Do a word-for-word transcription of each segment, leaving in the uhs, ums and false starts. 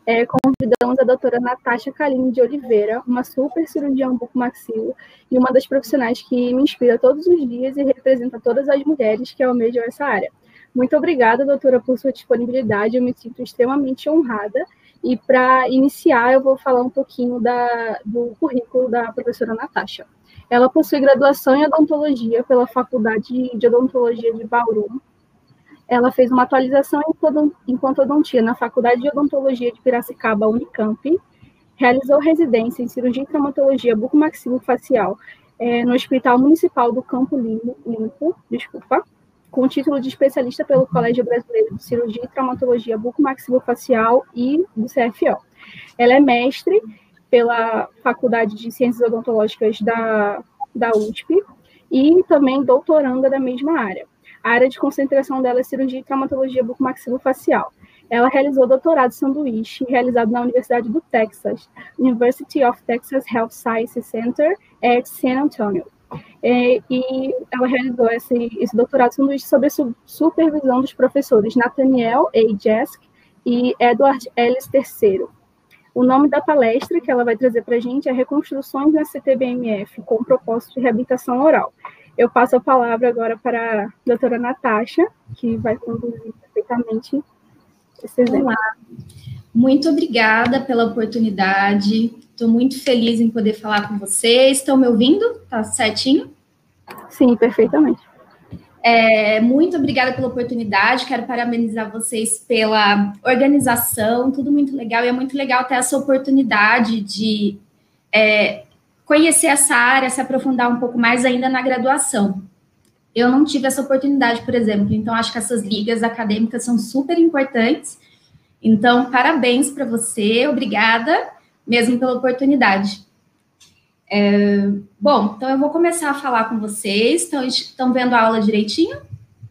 é, convidamos a doutora Natasha Kaline de Oliveira, uma super cirurgiã bucomaxilo e uma das profissionais que me inspira todos os dias e representa todas as mulheres que almejam essa área. Muito obrigada, doutora, por sua disponibilidade, eu me sinto extremamente honrada. E para iniciar, eu vou falar um pouquinho da, do currículo da professora Natasha. Ela possui graduação em odontologia pela Faculdade de Odontologia de Bauru. Ela fez uma atualização em odontodontia na Faculdade de Odontologia de Piracicaba, Unicamp. Realizou residência em cirurgia e traumatologia bucomaxilofacial é, no Hospital Municipal do Campo Limpo, Limpo desculpa, com título de especialista pelo Colégio Brasileiro de Cirurgia e Traumatologia Bucomaxilofacial e do C F O. Ela é mestre pela Faculdade de Ciências Odontológicas da, da U S P e também doutoranda da mesma área. A área de concentração dela é cirurgia e traumatologia bucomaxilofacial. Ela realizou doutorado sanduíche, realizado na Universidade do Texas, University of Texas Health Science Center, at San Antonio. É, e ela realizou esse, esse doutorado sanduíche sob a supervisão dos professores Nathaniel A. Jesk e Edward Ellis terceiro. O nome da palestra que ela vai trazer para a gente é Reconstruções na C T B M F com propósito de reabilitação oral. Eu passo a palavra agora para a doutora Natasha, que vai conduzir perfeitamente esse evento. Olá, muito obrigada pela oportunidade, estou muito feliz em poder falar com vocês. Estão me ouvindo? Tá certinho? Sim, perfeitamente. É, muito obrigada pela oportunidade, quero parabenizar vocês pela organização, tudo muito legal, e é muito legal ter essa oportunidade de é, conhecer essa área, se aprofundar um pouco mais ainda na graduação. Eu não tive essa oportunidade, por exemplo, então acho que essas ligas acadêmicas são super importantes. Então, parabéns para você, obrigada mesmo pela oportunidade. É, bom, então eu vou começar a falar com vocês. Estão, estão vendo a aula direitinho?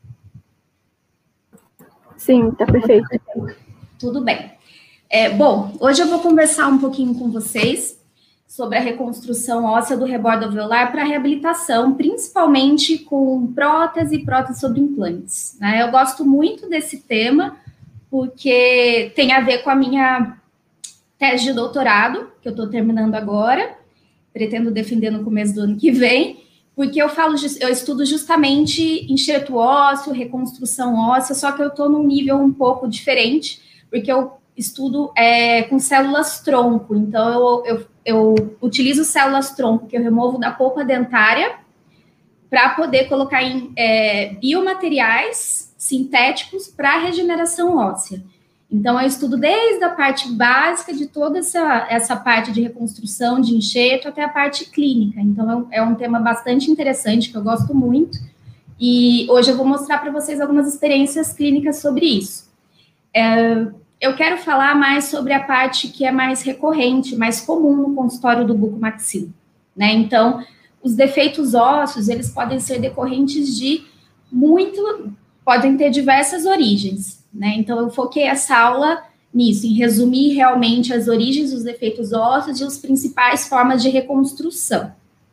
Sim, tá perfeito. Tudo bem. É, bom, hoje eu vou conversar um pouquinho com vocês sobre a reconstrução óssea do rebordo alveolar para reabilitação, principalmente com prótese e prótese sobre implantes, né? Eu gosto muito desse tema, porque tem a ver com a minha tese de doutorado, que eu estou terminando agora, pretendo defender no começo do ano que vem, porque eu falo, eu estudo justamente enxerto ósseo, reconstrução óssea, só que eu estou num nível um pouco diferente, porque eu estudo é, com células tronco, então eu, eu, eu utilizo células tronco que eu removo da polpa dentária para poder colocar em é, biomateriais sintéticos para regeneração óssea. Então, eu estudo desde a parte básica de toda essa, essa parte de reconstrução, de enxerto, até a parte clínica. Então, é um tema bastante interessante, que eu gosto muito, e hoje eu vou mostrar para vocês algumas experiências clínicas sobre isso. É, eu quero falar mais sobre a parte que é mais recorrente, mais comum no consultório do bucomaxilo, né? Então, os defeitos ósseos, eles podem ser decorrentes de muito, podem ter diversas origens, né? Então, eu foquei essa aula nisso, em resumir realmente as origens dos defeitos ósseos e as principais formas de reconstrução.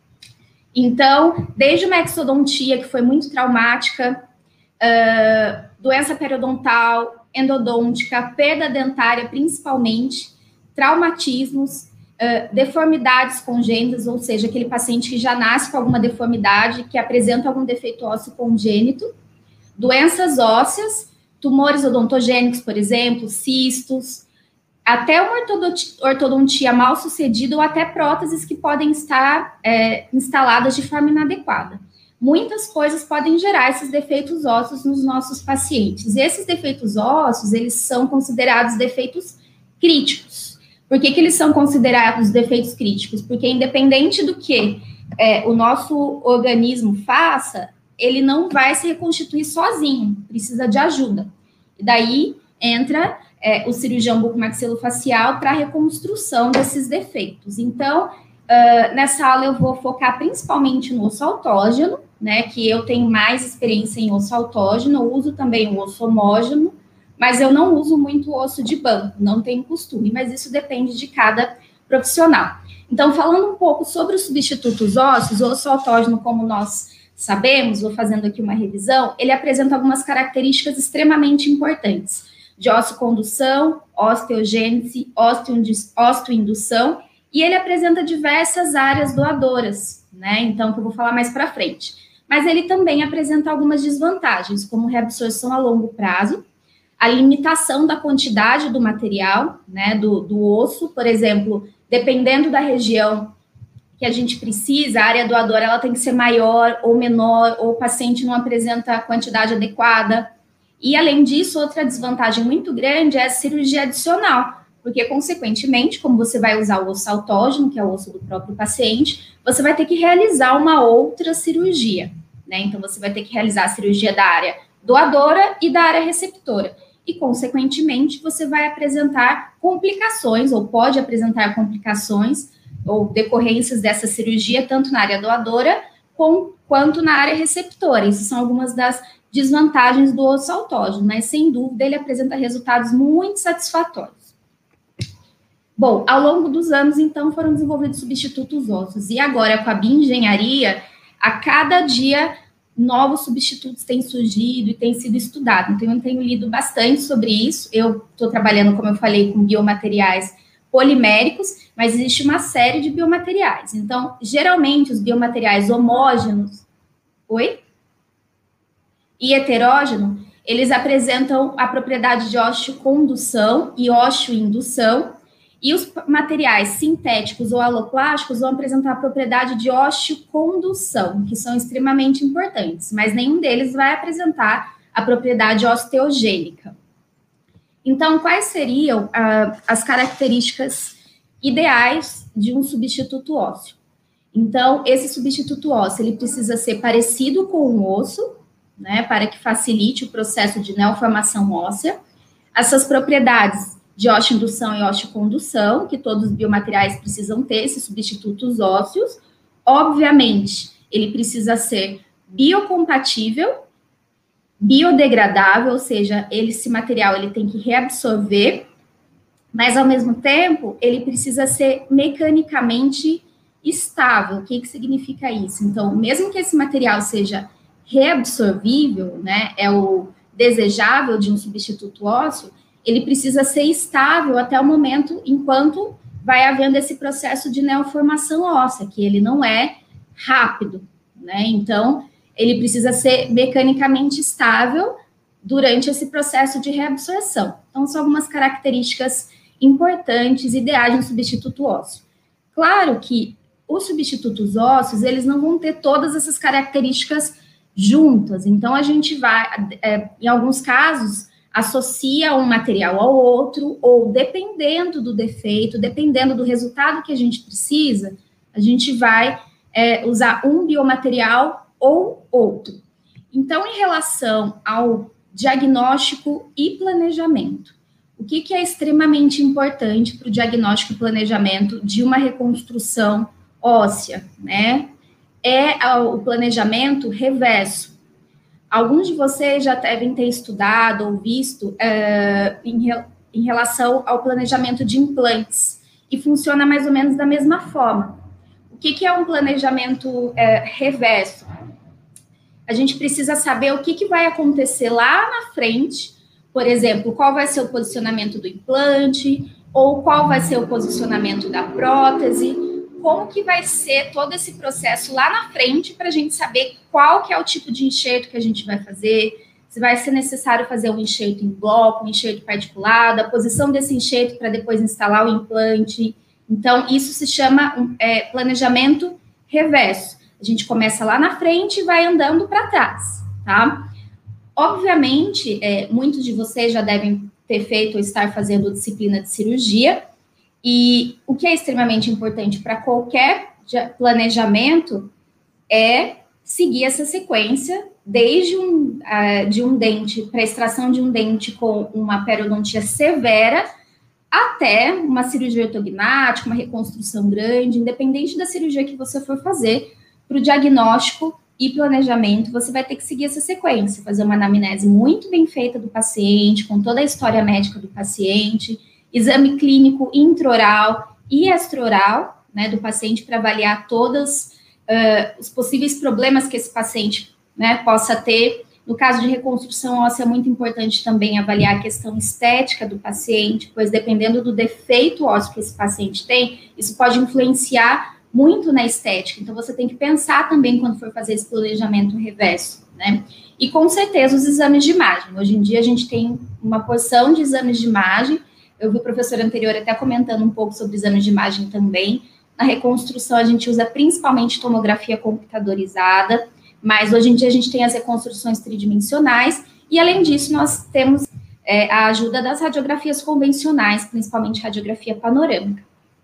Então, desde uma exodontia, que foi muito traumática, uh, doença periodontal, endodôntica, perda dentária principalmente, traumatismos, uh, deformidades congênitas, ou seja, aquele paciente que já nasce com alguma deformidade, que apresenta algum defeito ósseo congênito, doenças ósseas, tumores odontogênicos, por exemplo, cistos, até uma ortodontia mal sucedida ou até próteses que podem estar é, instaladas de forma inadequada. Muitas coisas podem gerar esses defeitos ósseos nos nossos pacientes. E esses defeitos ósseos, eles são considerados defeitos críticos. Por que que eles são considerados defeitos críticos? Porque independente do que é, o nosso organismo faça, ele não vai se reconstituir sozinho, precisa de ajuda. E daí entra é, o cirurgião bucomaxilofacial para a reconstrução desses defeitos. Então, uh, nessa aula eu vou focar principalmente no osso autógeno, né, que eu tenho mais experiência em osso autógeno, eu uso também o osso homógeno, mas eu não uso muito o osso de banco, não tenho costume, mas isso depende de cada profissional. Então, falando um pouco sobre os substitutos ósseos, o osso autógeno, como nós sabemos, vou fazendo aqui uma revisão, ele apresenta algumas características extremamente importantes. de ossocondução, osteogênese, osteoindução, e ele apresenta diversas áreas doadoras, né? Então, que eu vou falar mais para frente. Mas ele também apresenta algumas desvantagens, como reabsorção a longo prazo, a limitação da quantidade do material, né, do, do osso, por exemplo, dependendo da região que a gente precisa, a área doadora ela tem que ser maior ou menor, ou o paciente não apresenta a quantidade adequada. E, além disso, outra desvantagem muito grande é a cirurgia adicional, porque, consequentemente, como você vai usar o osso autógeno, que é o osso do próprio paciente, você vai ter que realizar uma outra cirurgia, né? Então, você vai ter que realizar a cirurgia da área doadora e da área receptora. E, consequentemente, você vai apresentar complicações, ou pode apresentar complicações, ou decorrências dessa cirurgia, tanto na área doadora com, quanto na área receptora. Essas são algumas das desvantagens do osso autógeno, mas, sem dúvida, ele apresenta resultados muito satisfatórios. Bom, ao longo dos anos, então, foram desenvolvidos substitutos ósseos, e agora, com a bioengenharia, a cada dia, novos substitutos têm surgido e têm sido estudados. Então, eu tenho lido bastante sobre isso. Eu estou trabalhando, como eu falei, com biomateriais poliméricos, mas existe uma série de biomateriais. Então, geralmente, os biomateriais homógenos, oi? E heterógeno, eles apresentam a propriedade de osteocondução e osteoindução, e os materiais sintéticos ou aloplásticos vão apresentar a propriedade de osteocondução, que são extremamente importantes, mas nenhum deles vai apresentar a propriedade osteogênica. Então, quais seriam ah, as características ideais de um substituto ósseo? Então, esse substituto ósseo, ele precisa ser parecido com o osso, né, para que facilite o processo de neoformação óssea. Essas propriedades de osteoindução e osteocondução, que todos os biomateriais precisam ter, esses substitutos ósseos. Obviamente, ele precisa ser biocompatível, biodegradável, ou seja, ele, esse material ele tem que reabsorver, mas, ao mesmo tempo, ele precisa ser mecanicamente estável. O que, que significa isso? Então, mesmo que esse material seja reabsorvível, né, é o desejável de um substituto ósseo, ele precisa ser estável até o momento enquanto vai havendo esse processo de neoformação óssea, que ele não é rápido, né? Então, ele precisa ser mecanicamente estável durante esse processo de reabsorção. Então, são algumas características importantes, ideais de um substituto ósseo. Claro que os substitutos ósseos, eles não vão ter todas essas características juntas. Então, a gente vai, é, em alguns casos, associa um material ao outro, ou dependendo do defeito, dependendo do resultado que a gente precisa, a gente vai é, usar um biomaterial ou outro. Então, em relação ao diagnóstico e planejamento, o que, que é extremamente importante para o diagnóstico e planejamento de uma reconstrução óssea, né? É o planejamento reverso. Alguns de vocês já devem ter estudado ou visto é, em, em relação ao planejamento de implantes, e funciona mais ou menos da mesma forma. O que, que é um planejamento é, reverso? A gente precisa saber o que, que vai acontecer lá na frente, por exemplo, qual vai ser o posicionamento do implante, ou qual vai ser o posicionamento da prótese, como que vai ser todo esse processo lá na frente para a gente saber qual que é o tipo de enxerto que a gente vai fazer, se vai ser necessário fazer um enxerto em bloco, um enxerto particulado, a posição desse enxerto para depois instalar o implante. Então, isso se chama é, planejamento reverso. A gente começa lá na frente e vai andando para trás, tá? Obviamente, é, muitos de vocês já devem ter feito ou estar fazendo disciplina de cirurgia, e o que é extremamente importante para qualquer planejamento é seguir essa sequência, desde um, uh, de um dente, para extração de um dente com uma periodontia severa, até uma cirurgia ortognática, uma reconstrução grande, independente da cirurgia que você for fazer, para o diagnóstico e planejamento, você vai ter que seguir essa sequência, fazer uma anamnese muito bem feita do paciente, com toda a história médica do paciente, exame clínico intraoral e extraoral, né, do paciente, para avaliar todos uh, os possíveis problemas que esse paciente, né, possa ter No caso de reconstrução óssea, é muito importante também avaliar a questão estética do paciente, pois dependendo do defeito ósseo que esse paciente tem, isso pode influenciar muito na estética. Então, você tem que pensar também quando for fazer esse planejamento reverso, né? E, com certeza, os exames de imagem. Hoje em dia, a gente tem uma porção de exames de imagem. Eu vi o professor anterior até comentando um pouco sobre exames de imagem também. Na reconstrução, a gente usa principalmente tomografia computadorizada, mas hoje em dia a gente tem as reconstruções tridimensionais, e além disso, nós temos é, a ajuda das radiografias convencionais, principalmente radiografia panorâmica.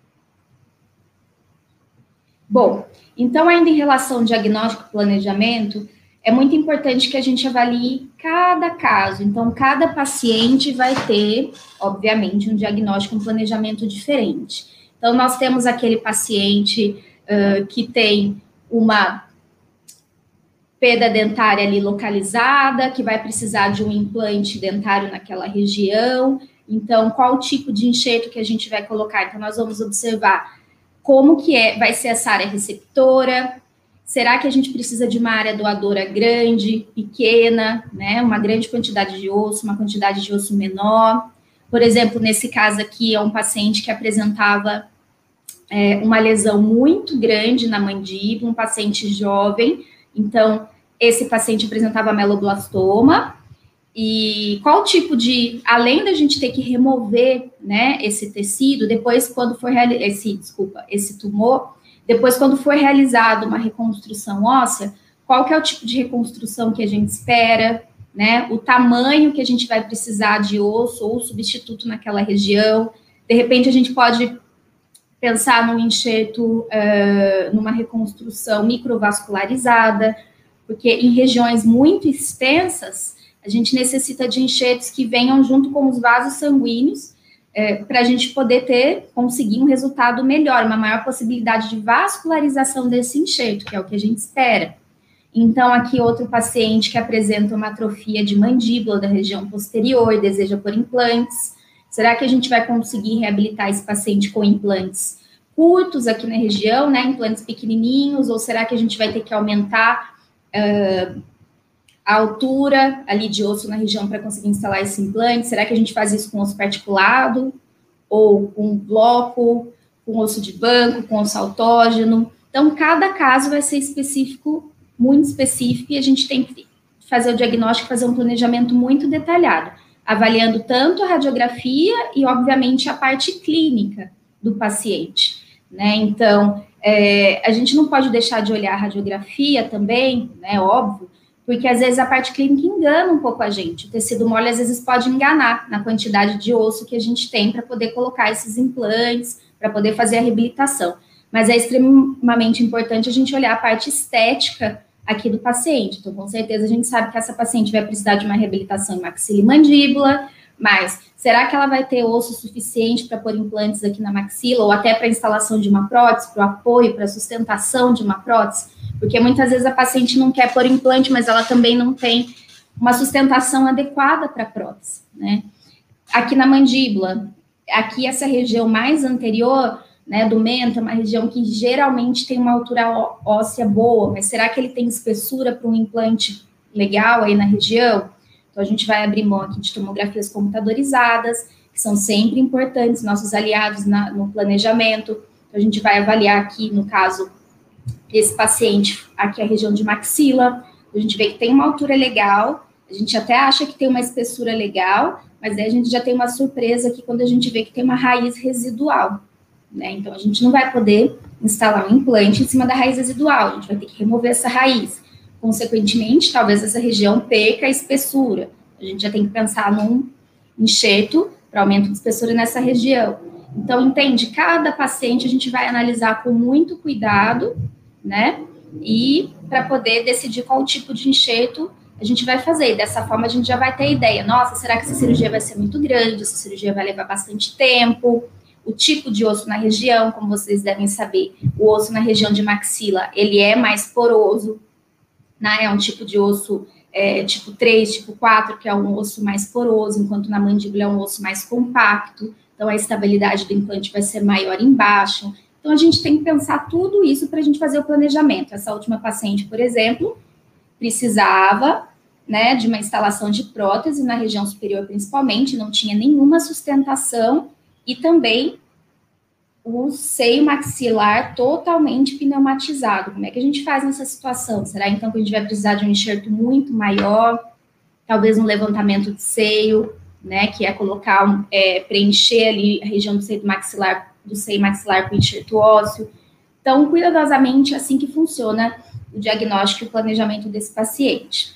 Bom, então, ainda em relação ao diagnóstico e planejamento, é muito importante que a gente avalie cada caso. Então, cada paciente vai ter, obviamente, um diagnóstico e um planejamento diferente. Então, nós temos aquele paciente uh, que tem uma perda dentária ali localizada, que vai precisar de um implante dentário naquela região. Então, qual o tipo de enxerto que a gente vai colocar? Então, nós vamos observar como que é, vai ser essa área receptora. Será que a gente precisa de uma área doadora grande, pequena, né? Uma grande quantidade de osso, uma quantidade de osso menor? Por exemplo, nesse caso aqui, é um paciente que apresentava é, uma lesão muito grande na mandíbula, um paciente jovem. Então, esse paciente apresentava meloblastoma. E qual tipo de, além da gente ter que remover, né, esse tecido, depois quando for, esse, desculpa, esse tumor, depois quando for realizada uma reconstrução óssea, qual que é o tipo de reconstrução que a gente espera, né, o tamanho que a gente vai precisar de osso ou substituto naquela região. De repente, a gente pode pensar num enxerto, uh, numa reconstrução microvascularizada, porque em regiões muito extensas, a gente necessita de enxertos que venham junto com os vasos sanguíneos, uh, para a gente poder ter, conseguir um resultado melhor, uma maior possibilidade de vascularização desse enxerto, que é o que a gente espera. Então, aqui outro paciente que apresenta uma atrofia de mandíbula da região posterior, deseja pôr implantes. Será que a gente vai conseguir reabilitar esse paciente com implantes curtos aqui na região, né, implantes pequenininhos, ou será que a gente vai ter que aumentar uh, a altura ali de osso na região para conseguir instalar esse implante? Será que a gente faz isso com osso particulado, ou com bloco, com osso de banco, com osso autógeno? Então, cada caso vai ser específico, muito específico, e a gente tem que fazer o diagnóstico, fazer um planejamento muito detalhado, avaliando tanto a radiografia e, obviamente, a parte clínica do paciente, né? Então, é, a gente não pode deixar de olhar a radiografia também, né, óbvio, porque às vezes a parte clínica engana um pouco a gente. O tecido mole às vezes pode enganar na quantidade de osso que a gente tem para poder colocar esses implantes, para poder fazer a reabilitação. Mas é extremamente importante a gente olhar a parte estética aqui do paciente. Então, com certeza, a gente sabe que essa paciente vai precisar de uma reabilitação em maxila e mandíbula, mas será que ela vai ter osso suficiente para pôr implantes aqui na maxila, ou até para a instalação de uma prótese, para o apoio, para a sustentação de uma prótese? Porque muitas vezes a paciente não quer pôr implante, mas ela também não tem uma sustentação adequada para a prótese, né? Aqui na mandíbula, aqui essa região mais anterior, né, do mento, é uma região que geralmente tem uma altura óssea boa, mas será que ele tem espessura para um implante legal aí na região? Então, a gente vai abrir mão aqui de tomografias computadorizadas, que são sempre importantes, nossos aliados na, no planejamento. Então, a gente vai avaliar aqui, no caso, esse paciente, aqui a região de maxila, a gente vê que tem uma altura legal, a gente até acha que tem uma espessura legal, mas aí a gente já tem uma surpresa aqui quando a gente vê que tem uma raiz residual, né? Então, a gente não vai poder instalar um implante em cima da raiz residual, a gente vai ter que remover essa raiz. Consequentemente, talvez essa região perca a espessura. A gente já tem que pensar num enxerto para aumento de espessura nessa região. Então, entende? Cada paciente a gente vai analisar com muito cuidado, né? E para poder decidir qual tipo de enxerto a gente vai fazer. Dessa forma, a gente já vai ter ideia. Nossa, será que essa cirurgia vai ser muito grande? Essa cirurgia vai levar bastante tempo? O tipo de osso na região, como vocês devem saber, o osso na região de maxila, ele é mais poroso, né? É um tipo de osso é, tipo três, tipo quatro, que é um osso mais poroso, enquanto na mandíbula é um osso mais compacto. Então, a estabilidade do implante vai ser maior embaixo. Então, a gente tem que pensar tudo isso para a gente fazer o planejamento. Essa última paciente, por exemplo, precisava, né, de uma instalação de prótese na região superior principalmente, não tinha nenhuma sustentação, e também o seio maxilar totalmente pneumatizado. Como é que a gente faz nessa situação? Será então que a gente vai precisar de um enxerto muito maior, talvez um levantamento de seio, né, que é colocar, um, é, preencher ali a região do seio maxilar, do seio maxilar com enxerto ósseo. Então, cuidadosamente, assim que funciona o diagnóstico e o planejamento desse paciente.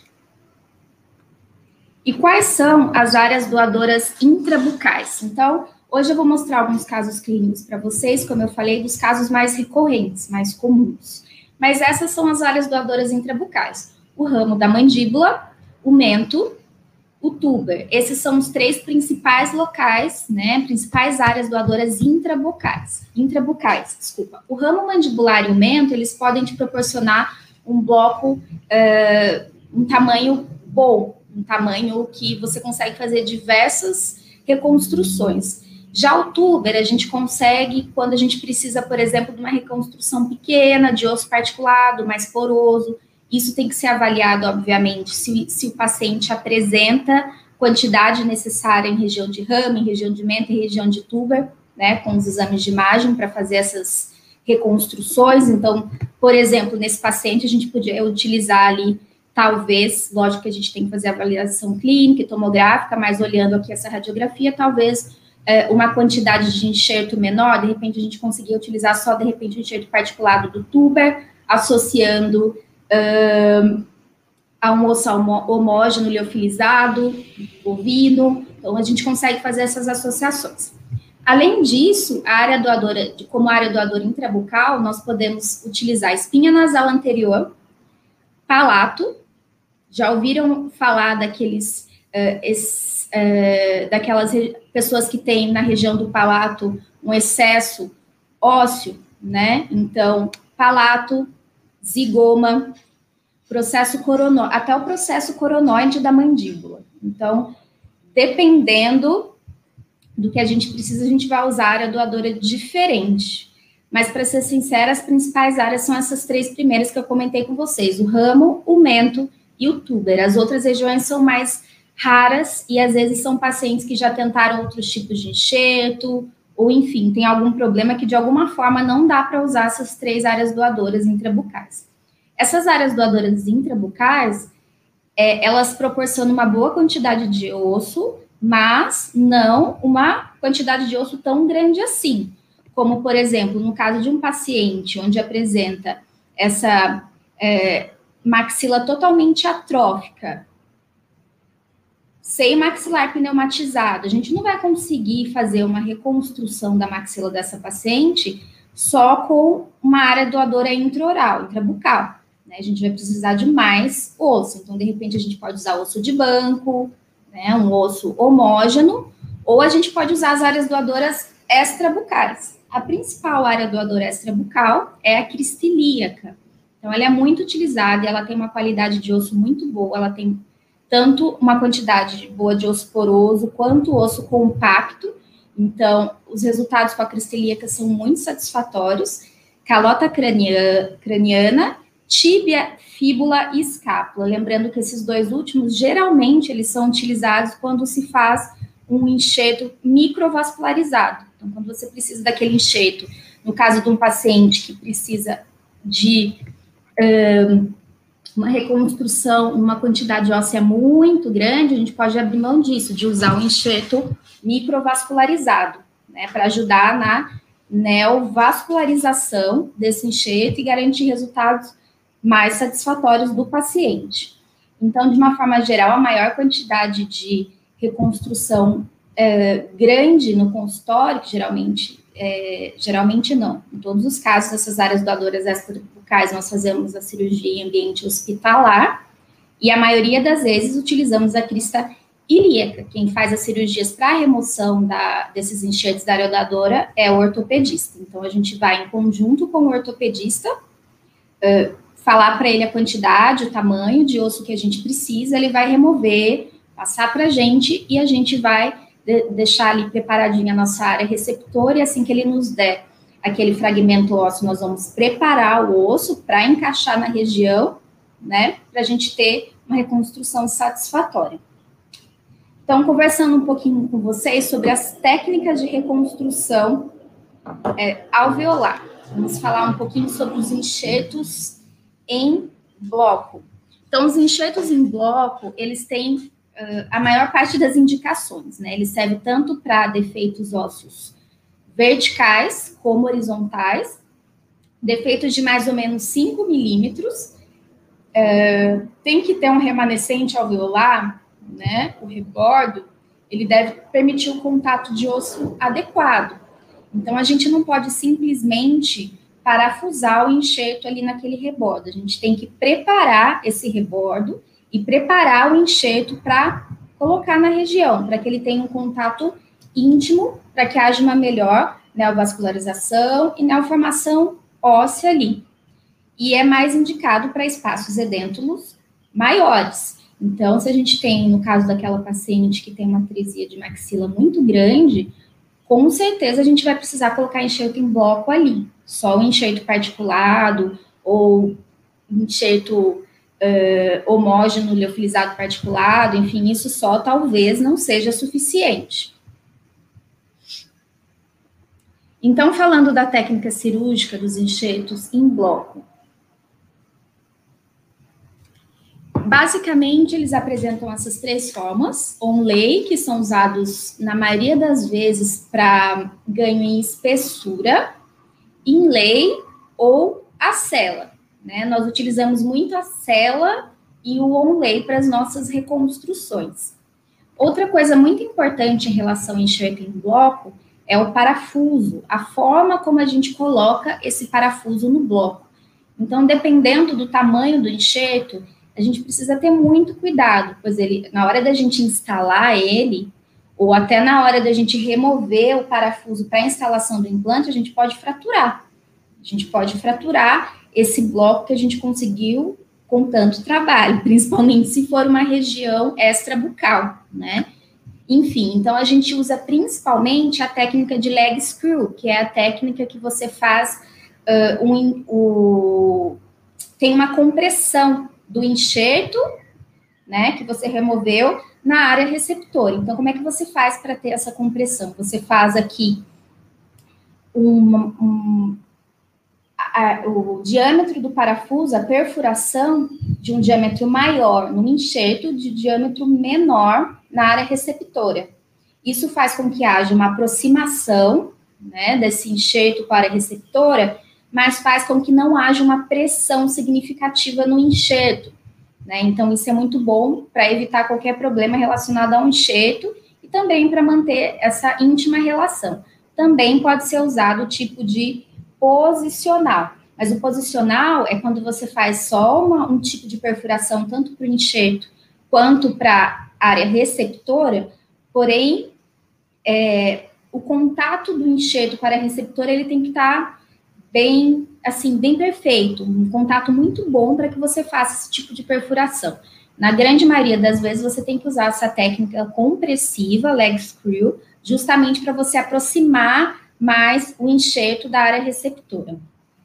E quais são as áreas doadoras intrabucais? Então, hoje eu vou mostrar alguns casos clínicos para vocês, como eu falei, dos casos mais recorrentes, mais comuns. Mas essas são as áreas doadoras intrabucais. O ramo da mandíbula, o mento, o túber. Esses são os três principais locais, né, principais áreas doadoras intrabucais. Intrabucais, desculpa. O ramo mandibular e o mento, eles podem te proporcionar um bloco, uh, um tamanho bom, um tamanho que você consegue fazer diversas reconstruções. Já o túber, a gente consegue quando a gente precisa, por exemplo, de uma reconstrução pequena, de osso particulado, mais poroso. Isso tem que ser avaliado, obviamente, se, se o paciente apresenta quantidade necessária em região de ramo, em região de mento, em região de túber, né, com os exames de imagem para fazer essas reconstruções. Então, por exemplo, nesse paciente, a gente podia utilizar ali, talvez, lógico que a gente tem que fazer a avaliação clínica e tomográfica, mas olhando aqui essa radiografia, talvez é, uma quantidade de enxerto menor, de repente a gente conseguia utilizar só, de repente, o enxerto particulado do túber, associando uh, a um osso homógeno liofilizado, bovino. Então, a gente consegue fazer essas associações. Além disso, a área doadora, como área doadora intrabucal, nós podemos utilizar espinha nasal anterior, palato. Já ouviram falar daqueles, uh, es, uh, daquelas pessoas que têm na região do palato um excesso ósseo, né? Então, palato, zigoma, processo coronóide, até o processo coronoide da mandíbula. Então, dependendo do que a gente precisa, a gente vai usar área doadora diferente. Mas, para ser sincera, as principais áreas são essas três primeiras que eu comentei com vocês: o ramo, o mento e o túber. As outras regiões são mais raras e, às vezes, são pacientes que já tentaram outros tipos de enxerto, ou, enfim, tem algum problema que, de alguma forma, não dá para usar essas três áreas doadoras intrabucais. Essas áreas doadoras intrabucais, é, elas proporcionam uma boa quantidade de osso, mas não uma quantidade de osso tão grande assim. Como, por exemplo, no caso de um paciente onde apresenta essa é, maxila totalmente atrófica, seio maxilar pneumatizado, a gente não vai conseguir fazer uma reconstrução da maxila dessa paciente só com uma área doadora intraoral, intrabucal, né? A gente vai precisar de mais osso. Então, de repente, a gente pode usar osso de banco, né, um osso homógeno, ou a gente pode usar as áreas doadoras extrabucais. A principal área doadora extrabucal é a cristilíaca. Então, ela é muito utilizada e ela tem uma qualidade de osso muito boa, ela tem tanto uma quantidade boa de osso poroso, quanto osso compacto. Então, os resultados com a cristilíaca são muito satisfatórios. Calota crania, craniana, tíbia, fíbula e escápula. Lembrando que esses dois últimos, geralmente, eles são utilizados quando se faz um enxerto microvascularizado. Então, quando você precisa daquele enxerto, no caso de um paciente que precisa de um, uma reconstrução, uma quantidade óssea muito grande, a gente pode abrir mão disso, de usar um enxerto microvascularizado, né, para ajudar na neovascularização desse enxerto e garantir resultados mais satisfatórios do paciente. Então, de uma forma geral, a maior quantidade de reconstrução é, grande no consultório, que geralmente, é, geralmente não, em todos os casos, essas áreas doadoras extrabucais, nós fazemos a cirurgia em ambiente hospitalar, e a maioria das vezes utilizamos a crista ilíaca. Quem faz as cirurgias para remoção da, desses enxertos da área doadora é o ortopedista. Então, a gente vai em conjunto com o ortopedista, uh, falar para ele a quantidade, o tamanho de osso que a gente precisa, ele vai remover, passar para a gente e a gente vai de, deixar ali preparadinha a nossa área receptora, e assim que ele nos der aquele fragmento ósseo, nós vamos preparar o osso para encaixar na região, né, para a gente ter uma reconstrução satisfatória. Então, conversando um pouquinho com vocês sobre as técnicas de reconstrução é, alveolar. Vamos falar um pouquinho sobre os enxertos em bloco. Então, os enxertos em bloco, eles têm uh, a maior parte das indicações, né? Eles servem tanto para defeitos ósseos verticais como horizontais, defeitos de mais ou menos cinco milímetros, uh, tem que ter um remanescente alveolar, né? O rebordo, ele deve permitir o contato de osso adequado. Então, a gente não pode simplesmente parafusar o enxerto ali naquele rebordo. A gente tem que preparar esse rebordo e preparar o enxerto para colocar na região, para que ele tenha um contato íntimo, para que haja uma melhor neovascularização e neoformação óssea ali. E é mais indicado para espaços edêntulos maiores. Então, se a gente tem, no caso daquela paciente que tem uma atresia de maxila muito grande, com certeza a gente vai precisar colocar enxerto em bloco ali. Só o enxerto particulado ou enxerto uh, homógeno, liofilizado particulado, enfim, isso só talvez não seja suficiente. Então, falando da técnica cirúrgica dos enxertos em bloco, basicamente, eles apresentam essas três formas. Onlay, que são usados, na maioria das vezes, para ganho em espessura, inlay ou a sela, né? Nós utilizamos muito a sela e o onlay para as nossas reconstruções. Outra coisa muito importante em relação ao enxerto em bloco é o parafuso, a forma como a gente coloca esse parafuso no bloco. Então, dependendo do tamanho do enxerto, a gente precisa ter muito cuidado, pois ele, na hora da gente instalar ele, ou até na hora da gente remover o parafuso para a instalação do implante, a gente pode fraturar. A gente pode fraturar esse bloco que a gente conseguiu com tanto trabalho, principalmente se for uma região extrabucal, né? Enfim, então a gente usa principalmente a técnica de leg screw, que é a técnica que você faz, uh, um, o, tem uma compressão do enxerto, né, que você removeu na área receptora. Então, como é que você faz para ter essa compressão? Você faz aqui um, um, a, o diâmetro do parafuso, a perfuração de um diâmetro maior no enxerto, de diâmetro menor na área receptora. Isso faz com que haja uma aproximação, né, desse enxerto com a área receptora, mas faz com que não haja uma pressão significativa no enxerto, né? Então, isso é muito bom para evitar qualquer problema relacionado ao enxerto e também para manter essa íntima relação. Também pode ser usado o tipo de posicional, mas o posicional é quando você faz só uma, um tipo de perfuração, tanto para o enxerto quanto para a área receptora, porém, é, o contato do enxerto com a área receptora, ele tem que estar bem, assim, bem perfeito, um contato muito bom para que você faça esse tipo de perfuração. Na grande maioria das vezes, você tem que usar essa técnica compressiva, leg screw, justamente para você aproximar mais o enxerto da área receptora.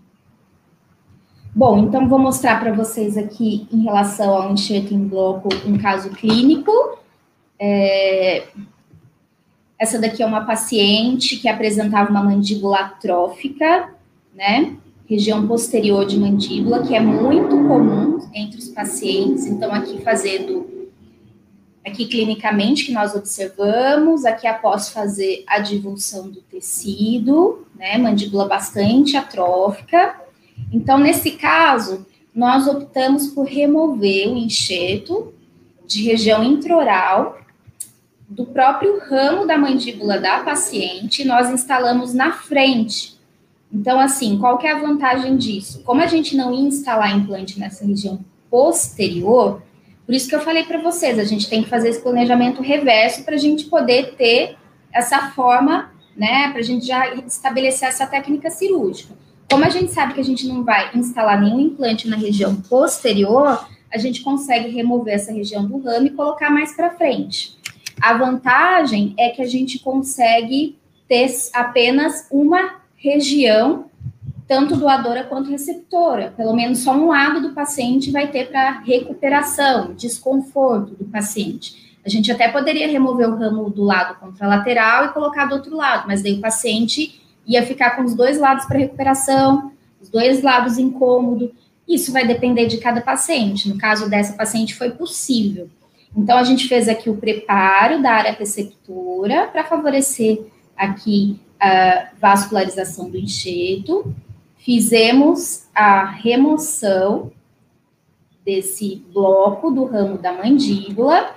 Bom, então vou mostrar para vocês aqui, em relação ao enxerto em bloco, um caso clínico. É... Essa daqui é uma paciente que apresentava uma mandíbula atrófica, né, região posterior de mandíbula, que é muito comum entre os pacientes. Então, aqui fazendo, aqui clinicamente que nós observamos, aqui após fazer a divulsão do tecido, né, mandíbula bastante atrófica. Então, nesse caso, nós optamos por remover o enxerto de região intraoral do próprio ramo da mandíbula da paciente, nós instalamos na frente. Então, assim, qual que é a vantagem disso? Como a gente não ia instalar implante nessa região posterior, por isso que eu falei para vocês, a gente tem que fazer esse planejamento reverso para a gente poder ter essa forma, né, para a gente já estabelecer essa técnica cirúrgica. Como a gente sabe que a gente não vai instalar nenhum implante na região posterior, a gente consegue remover essa região do ramo e colocar mais para frente. A vantagem é que a gente consegue ter apenas uma região tanto doadora quanto receptora. Pelo menos só um lado do paciente vai ter para recuperação, desconforto do paciente. A gente até poderia remover o ramo do lado contralateral e colocar do outro lado, mas daí o paciente ia ficar com os dois lados para recuperação, os dois lados incômodo. Isso vai depender de cada paciente. No caso dessa paciente, foi possível. Então, a gente fez aqui o preparo da área receptora para favorecer aqui a vascularização do enxerto. Fizemos a remoção desse bloco do ramo da mandíbula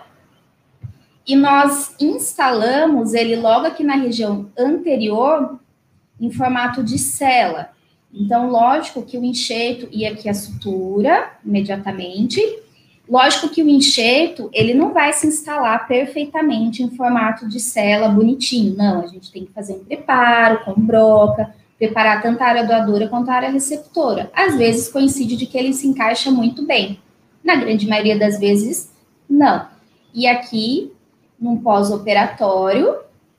e nós instalamos ele logo aqui na região anterior em formato de cela. Então, lógico que o enxerto ia aqui a sutura imediatamente. Lógico que o enxerto, ele não vai se instalar perfeitamente em formato de cela bonitinho. Não, a gente tem que fazer um preparo com broca, preparar tanto a área doadora quanto a área receptora. Às vezes coincide de que ele se encaixa muito bem. Na grande maioria das vezes, não. E aqui, num pós-operatório,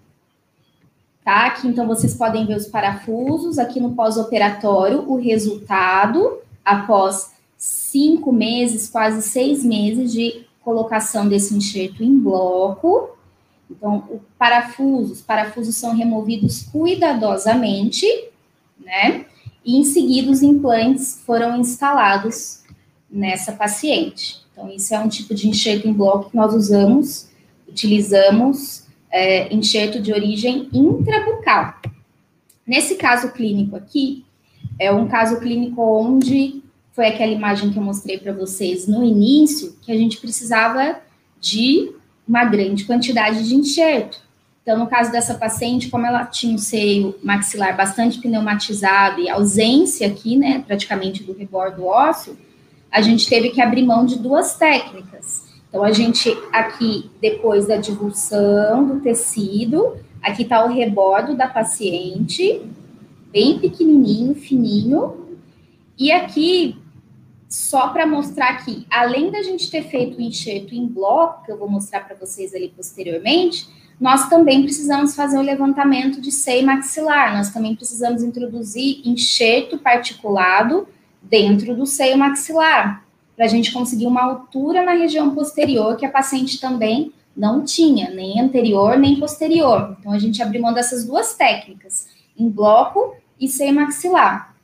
tá? Aqui, então, vocês podem ver os parafusos. Aqui no pós-operatório, o resultado após cinco meses, quase seis meses de colocação desse enxerto em bloco. Então, o parafuso, os parafusos são removidos cuidadosamente, né? E em seguida os implantes foram instalados nessa paciente. Então, isso é um tipo de enxerto em bloco que nós usamos, utilizamos é, enxerto de origem intrabucal. Nesse caso clínico aqui, é um caso clínico onde foi aquela imagem que eu mostrei para vocês no início, que a gente precisava de uma grande quantidade de enxerto. Então, no caso dessa paciente, como ela tinha um seio maxilar bastante pneumatizado e ausência aqui, né, praticamente do rebordo ósseo, a gente teve que abrir mão de duas técnicas. Então, a gente aqui, depois da divulsão do tecido, aqui está o rebordo da paciente, bem pequenininho, fininho, e aqui, só para mostrar que, além da gente ter feito o enxerto em bloco, que eu vou mostrar para vocês ali posteriormente, nós também precisamos fazer o levantamento de seio maxilar, nós também precisamos introduzir enxerto particulado dentro do seio maxilar, para a gente conseguir uma altura na região posterior que a paciente também não tinha, nem anterior, nem posterior. Então, a gente abriu mão dessas duas técnicas, em bloco e seio maxilar.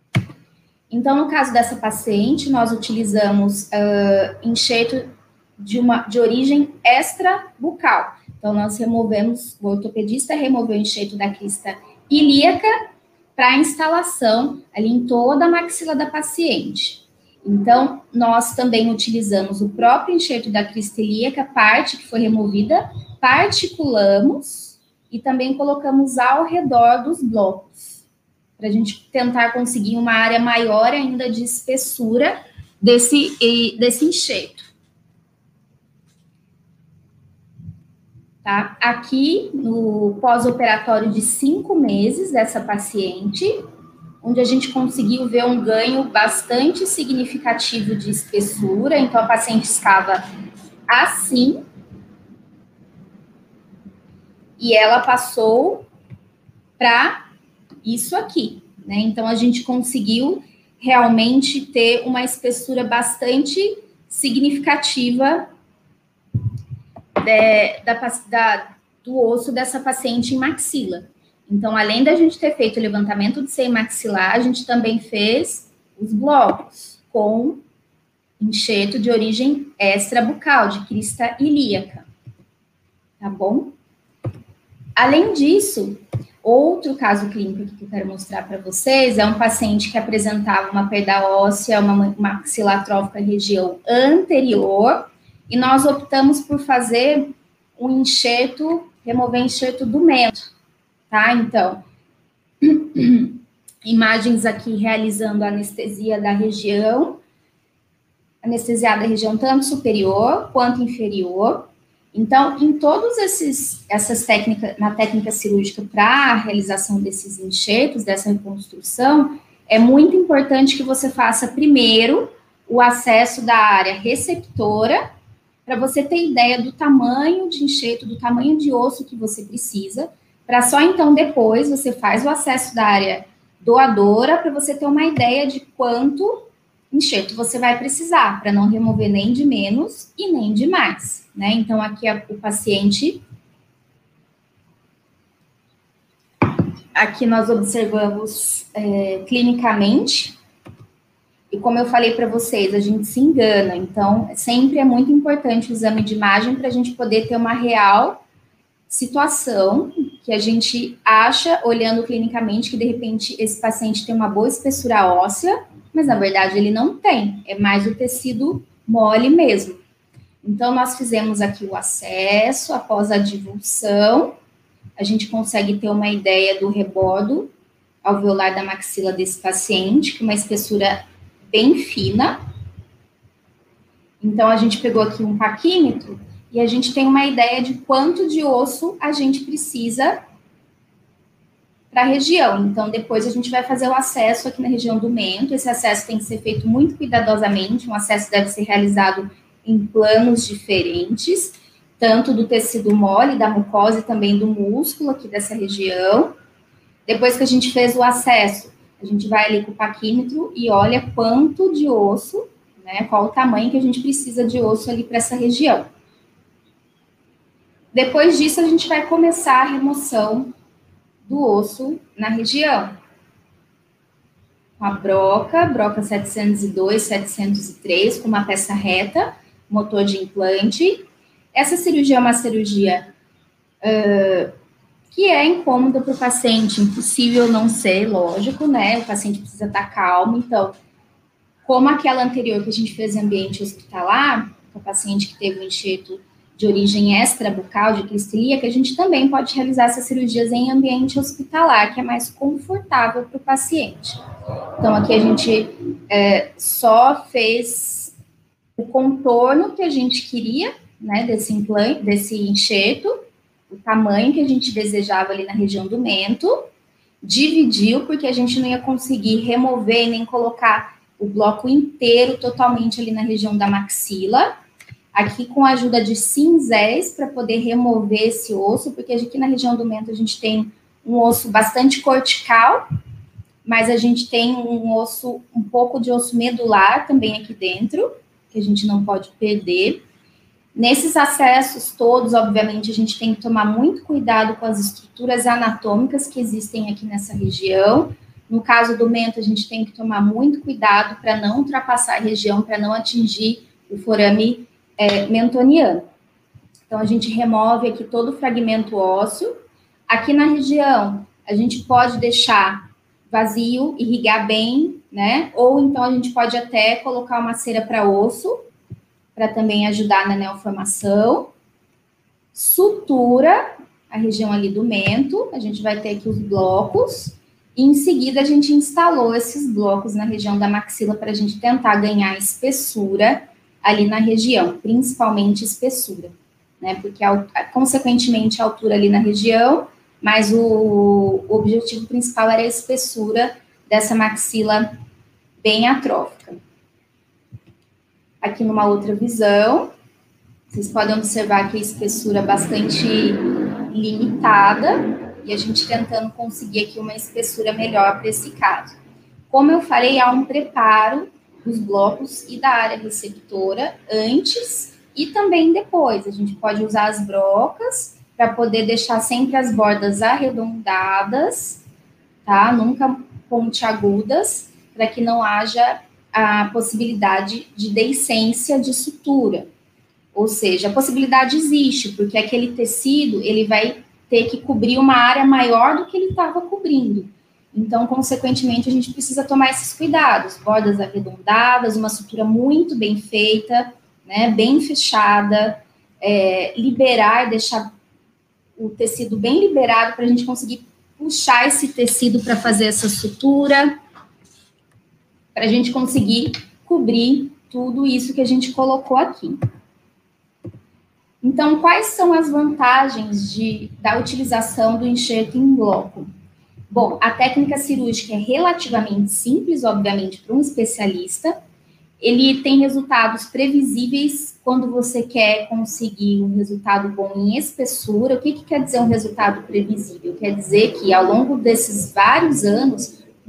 Então, no caso dessa paciente, nós utilizamos uh, enxerto de, uma, de origem extrabucal. Então, nós removemos, o ortopedista removeu o enxerto da crista ilíaca para a instalação ali em toda a maxila da paciente. Então, nós também utilizamos o próprio enxerto da crista ilíaca, parte que foi removida, particulamos e também colocamos ao redor dos blocos, para a gente tentar conseguir uma área maior ainda de espessura desse, desse enxerto. Tá? Aqui, no pós-operatório de cinco meses dessa paciente, onde a gente conseguiu ver um ganho bastante significativo de espessura. Então, a paciente estava assim, e ela passou para isso aqui, né? Então, a gente conseguiu realmente ter uma espessura bastante significativa de, da, da, do osso dessa paciente em maxila. Então, além da gente ter feito o levantamento de seio maxilar, a gente também fez os blocos com enxerto de origem extrabucal, de crista ilíaca. Tá bom? Além disso, outro caso clínico que eu quero mostrar para vocês é um paciente que apresentava uma perda óssea, uma maxilar atrófica região anterior, e nós optamos por fazer um enxerto, remover enxerto do mento. Tá, então, imagens aqui realizando a anestesia da região, anestesiada da região tanto superior quanto inferior. Então, em todas essas técnicas, na técnica cirúrgica para a realização desses enxertos, dessa reconstrução, é muito importante que você faça primeiro o acesso da área receptora, para você ter ideia do tamanho de enxerto, do tamanho de osso que você precisa, para só então depois você faz o acesso da área doadora para você ter uma ideia de quanto enxerto você vai precisar, para não remover nem de menos e nem de mais, né? Então, aqui a, o paciente... Aqui nós observamos é, clinicamente, e como eu falei para vocês, a gente se engana, então sempre é muito importante o exame de imagem para a gente poder ter uma real situação que a gente acha, olhando clinicamente, que de repente esse paciente tem uma boa espessura óssea, mas na verdade ele não tem, é mais o tecido mole mesmo. Então nós fizemos aqui o acesso após a divulsão, a gente consegue ter uma ideia do rebordo alveolar da maxila desse paciente, que é uma espessura bem fina. Então, a gente pegou aqui um paquímetro e a gente tem uma ideia de quanto de osso a gente precisa para a região. Então, depois a gente vai fazer o acesso aqui na região do mento. Esse acesso tem que ser feito muito cuidadosamente, um acesso deve ser realizado em planos diferentes, tanto do tecido mole, da mucosa e também do músculo aqui dessa região. Depois que a gente fez o acesso, a gente vai ali com o paquímetro e olha quanto de osso, né, qual o tamanho que a gente precisa de osso ali para essa região. Depois disso, a gente vai começar a remoção do osso na região. Com a broca, broca setecentos e dois, setecentos e três, com uma peça reta, motor de implante. Essa cirurgia é uma cirurgia uh, que é incômoda para o paciente, impossível não ser, lógico, né? O paciente precisa estar calmo. Então, como aquela anterior que a gente fez em ambiente hospitalar, o paciente que teve um enxerto de origem extrabucal, de cristelia, que a gente também pode realizar essas cirurgias em ambiente hospitalar, que é mais confortável para o paciente. Então, aqui a gente é, só fez o contorno que a gente queria, né, desse implante, desse enxerto, o tamanho que a gente desejava ali na região do mento, dividiu, porque a gente não ia conseguir remover nem colocar o bloco inteiro totalmente ali na região da maxila. Aqui com a ajuda de cinzéis para poder remover esse osso, porque aqui na região do mento a gente tem um osso bastante cortical, mas a gente tem um osso, um pouco de osso medular também aqui dentro, que a gente não pode perder. Nesses acessos todos, obviamente, a gente tem que tomar muito cuidado com as estruturas anatômicas que existem aqui nessa região. No caso do mento, a gente tem que tomar muito cuidado para não ultrapassar a região, para não atingir o forame é, mentoniano. Então, a gente remove aqui todo o fragmento ósseo. Aqui na região, a gente pode deixar vazio, irrigar bem, né? Ou então a gente pode até colocar uma cera para osso, para também ajudar na neoformação. Sutura, a região ali do mento, a gente vai ter aqui os blocos, e em seguida a gente instalou esses blocos na região da maxila para a gente tentar ganhar espessura ali na região, principalmente espessura, né? Porque, a, consequentemente, a altura ali na região, mas o, o objetivo principal era a espessura dessa maxila bem atrófica. Aqui numa outra visão, vocês podem observar que a espessura bastante limitada, e a gente tentando conseguir aqui uma espessura melhor para esse caso. Como eu falei, há um preparo dos blocos e da área receptora antes e também depois. A gente pode usar as brocas para poder deixar sempre as bordas arredondadas, tá? Nunca pontiagudas, para que não haja a possibilidade de deiscência de sutura. Ou seja, a possibilidade existe, porque aquele tecido, ele vai ter que cobrir uma área maior do que ele estava cobrindo. Então, consequentemente, a gente precisa tomar esses cuidados. Bordas arredondadas, uma sutura muito bem feita, né, bem fechada, é, liberar, deixar o tecido bem liberado para a gente conseguir puxar esse tecido para fazer essa sutura, para a gente conseguir cobrir tudo isso que a gente colocou aqui. Então, quais são as vantagens de, da utilização do enxerto em bloco? Bom, a técnica cirúrgica é relativamente simples, obviamente, para um especialista. Ele tem resultados previsíveis quando você quer conseguir um resultado bom em espessura. O que, que quer dizer um resultado previsível? Quer dizer que, ao longo desses vários anos,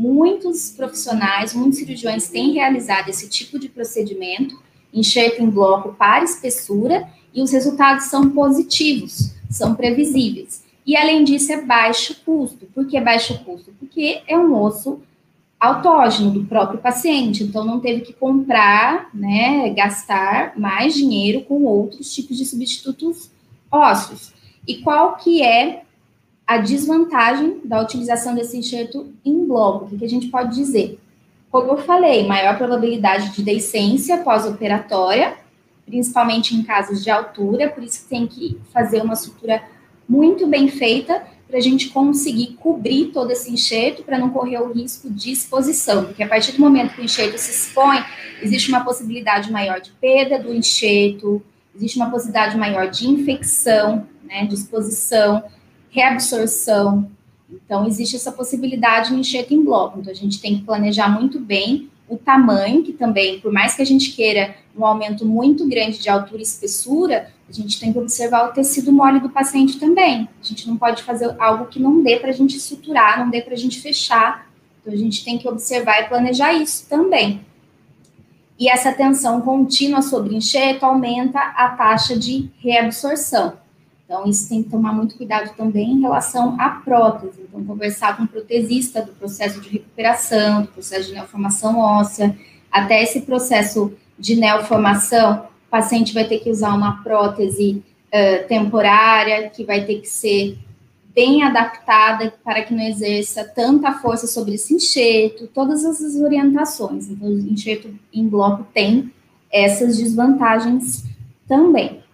muitos profissionais, muitos cirurgiões têm realizado esse tipo de procedimento, enxerto em bloco para espessura, e os resultados são positivos, são previsíveis. E, além disso, é baixo custo. Por que baixo custo? Porque é um osso autógeno do próprio paciente, então não teve que comprar, né, gastar mais dinheiro com outros tipos de substitutos ósseos. E qual que é a desvantagem da utilização desse enxerto em bloco? O que, que a gente pode dizer? Como eu falei, maior probabilidade de deiscência pós-operatória, principalmente em casos de altura, por isso que tem que fazer uma sutura muito bem feita para a gente conseguir cobrir todo esse enxerto, para não correr o risco de exposição, porque a partir do momento que o enxerto se expõe, existe uma possibilidade maior de perda do enxerto, existe uma possibilidade maior de infecção, né, de exposição, reabsorção. Então, existe essa possibilidade no enxerto em bloco. Então, a gente tem que planejar muito bem o tamanho, que também, por mais que a gente queira um aumento muito grande de altura e espessura, a gente tem que observar o tecido mole do paciente também. A gente não pode fazer algo que não dê para a gente suturar, não dê para a gente fechar. Então, a gente tem que observar e planejar isso também. E essa tensão contínua sobre enxerto aumenta a taxa de reabsorção. Então, isso tem que tomar muito cuidado também em relação à prótese. Então, conversar com o protesista do processo de recuperação, do processo de neoformação óssea, até esse processo de neoformação, o paciente vai ter que usar uma prótese uh, temporária, que vai ter que ser bem adaptada para que não exerça tanta força sobre esse enxerto, todas essas orientações. Então, o enxerto em bloco tem essas desvantagens também.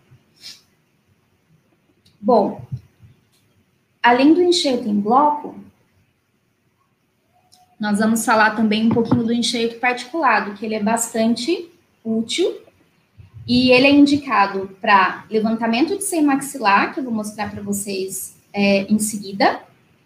Bom, além do enxerto em bloco, nós vamos falar também um pouquinho do enxerto particulado, que ele é bastante útil e ele é indicado para levantamento de seio maxilar, que eu vou mostrar para vocês é, em seguida,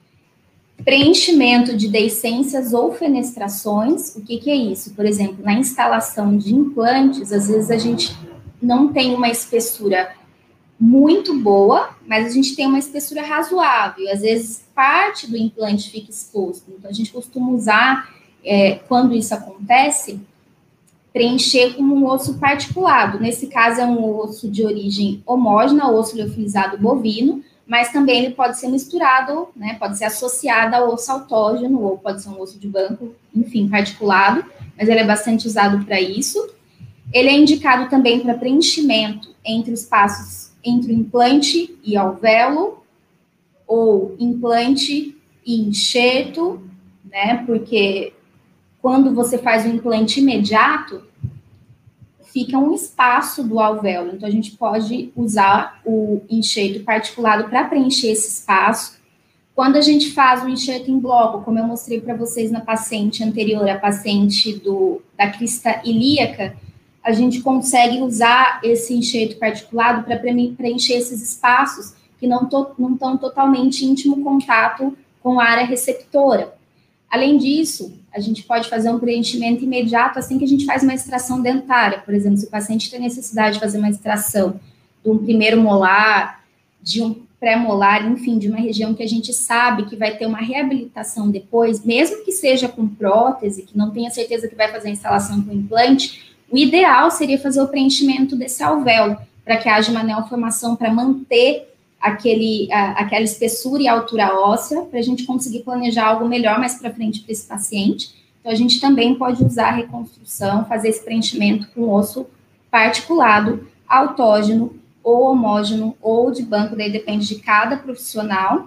preenchimento de deiscências ou fenestrações. O que, que é isso? Por exemplo, na instalação de implantes, às vezes a gente não tem uma espessura muito boa, mas a gente tem uma espessura razoável. Às vezes, parte do implante fica exposto. Então, a gente costuma usar, é, quando isso acontece, preencher com um osso particulado. Nesse caso, é um osso de origem homógena, osso liofilizado bovino, mas também ele pode ser misturado, né, pode ser associado ao osso autógeno, ou pode ser um osso de banco, enfim, particulado, mas ele é bastante usado para isso. Ele é indicado também para preenchimento entre os espaços entre o implante e alvéolo, ou implante e enxerto, né, porque quando você faz o implante imediato, fica um espaço do alvéolo, então a gente pode usar o enxerto particulado para preencher esse espaço. Quando a gente faz o enxerto em bloco, como eu mostrei para vocês na paciente anterior, a paciente do, da crista ilíaca, a gente consegue usar esse enxerto particulado para preencher esses espaços que não estão totalmente em íntimo contato com a área receptora. Além disso, a gente pode fazer um preenchimento imediato assim que a gente faz uma extração dentária. Por exemplo, se o paciente tem necessidade de fazer uma extração de um primeiro molar, de um pré-molar, enfim, de uma região que a gente sabe que vai ter uma reabilitação depois, mesmo que seja com prótese, que não tenha certeza que vai fazer a instalação com implante, o ideal seria fazer o preenchimento desse alvéolo, para que haja uma neoformação, para manter aquele, a, aquela espessura e altura óssea, para a gente conseguir planejar algo melhor mais para frente para esse paciente. Então, a gente também pode usar a reconstrução, fazer esse preenchimento com osso particulado, autógeno, ou homógeno, ou de banco, daí depende de cada profissional.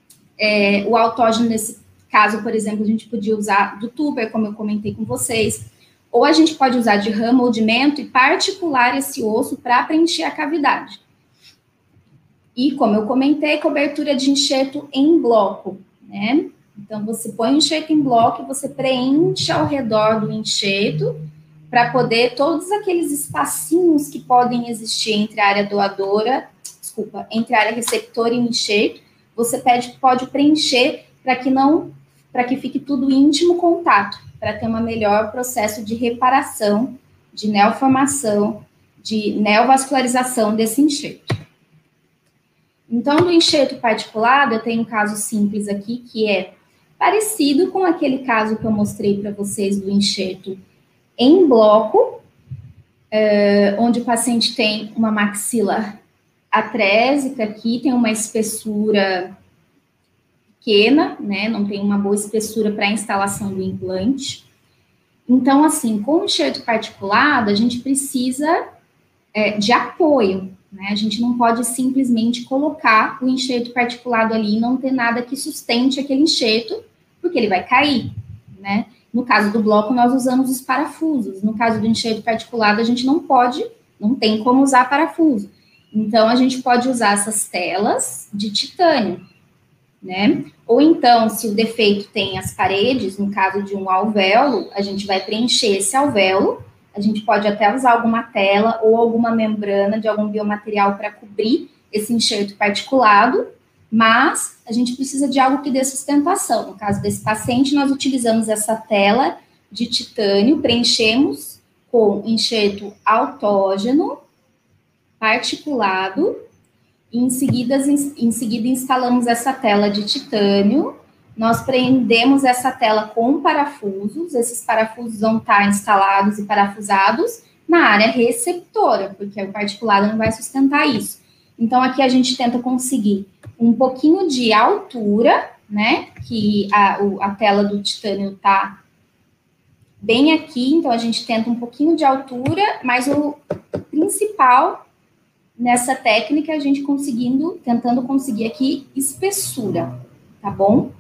É, o autógeno, nesse caso, por exemplo, a gente podia usar do tuber, como eu comentei com vocês, ou a gente pode usar de ramo ou de mento e particular esse osso para preencher a cavidade. E, como eu comentei, cobertura de enxerto em bloco, né? Então, você põe o enxerto em bloco e você preenche ao redor do enxerto para poder todos aqueles espacinhos que podem existir entre a área doadora, desculpa, entre a área receptora e o enxerto, você pede, pode preencher para que não, para que fique tudo em íntimo contato, para ter um melhor processo de reparação, de neoformação, de neovascularização desse enxerto. Então, do enxerto particulado, eu tenho um caso simples aqui, que é parecido com aquele caso que eu mostrei para vocês do enxerto em bloco, é, onde o paciente tem uma maxila atrésica aqui, tem uma espessura pequena, né, não tem uma boa espessura para a instalação do implante. Então, assim, com o enxerto particulado, a gente precisa é, de apoio, né, a gente não pode simplesmente colocar o enxerto particulado ali e não ter nada que sustente aquele enxerto, porque ele vai cair, né. No caso do bloco, nós usamos os parafusos. No caso do enxerto particulado, a gente não pode, não tem como usar parafuso. Então, a gente pode usar essas telas de titânio, né? Ou então, se o defeito tem as paredes, no caso de um alvéolo, a gente vai preencher esse alvéolo. A gente pode até usar alguma tela ou alguma membrana de algum biomaterial para cobrir esse enxerto particulado, mas a gente precisa de algo que dê sustentação. No caso desse paciente, nós utilizamos essa tela de titânio, preenchemos com enxerto autógeno, particulado, e em seguida, em seguida instalamos essa tela de titânio, nós prendemos essa tela com parafusos, esses parafusos vão estar instalados e parafusados na área receptora, porque o particulado não vai sustentar isso. Então, aqui a gente tenta conseguir um pouquinho de altura, né, que a, a tela do titânio está bem aqui, então a gente tenta um pouquinho de altura, mas o principal nessa técnica, a gente conseguindo, tentando conseguir aqui espessura, tá bom?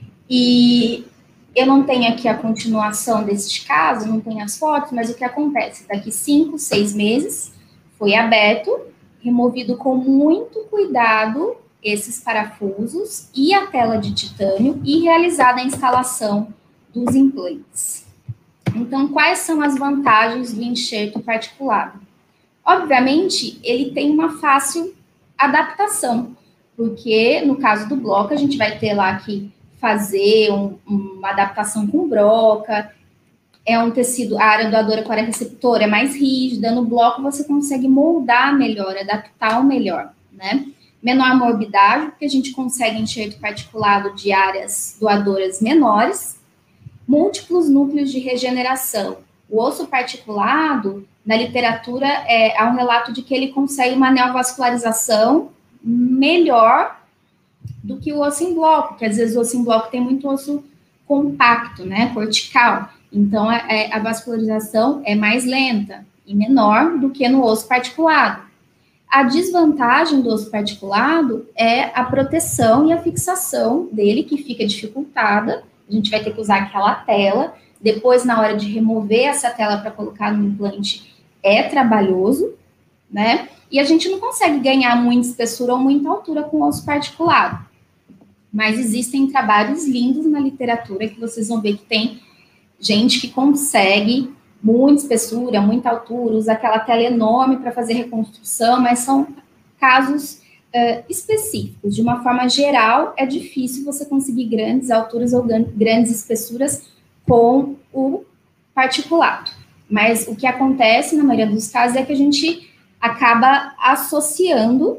E eu não tenho aqui a continuação deste caso, não tenho as fotos, mas o que acontece? Daqui cinco, seis meses, foi aberto, removido com muito cuidado esses parafusos e a tela de titânio e realizada a instalação dos implantes. Então, quais são as vantagens do enxerto particulado? Obviamente, ele tem uma fácil adaptação, porque no caso do bloco, a gente vai ter lá que fazer um, uma adaptação com broca, é um tecido, a área doadora com a área receptora é mais rígida, no bloco você consegue moldar melhor, adaptar o melhor, né? Menor morbidade, porque a gente consegue enxerto particulado de áreas doadoras menores, múltiplos núcleos de regeneração. O osso particulado, na literatura, é, há um relato de que ele consegue uma neovascularização melhor do que o osso em bloco, porque às vezes o osso em bloco tem muito osso compacto, né, cortical. Então, é, a vascularização é mais lenta e menor do que no osso particulado. A desvantagem do osso particulado é a proteção e a fixação dele, que fica dificultada. A gente vai ter que usar aquela tela. Depois, na hora de remover essa tela para colocar no implante, é trabalhoso, né? E a gente não consegue ganhar muita espessura ou muita altura com o osso particulado. Mas existem trabalhos lindos na literatura que vocês vão ver que tem gente que consegue muita espessura, muita altura, usa aquela tela enorme para fazer reconstrução, mas são casos uh, específicos. De uma forma geral, é difícil você conseguir grandes alturas ou grandes espessuras com o particulado. Mas o que acontece, na maioria dos casos, é que a gente acaba associando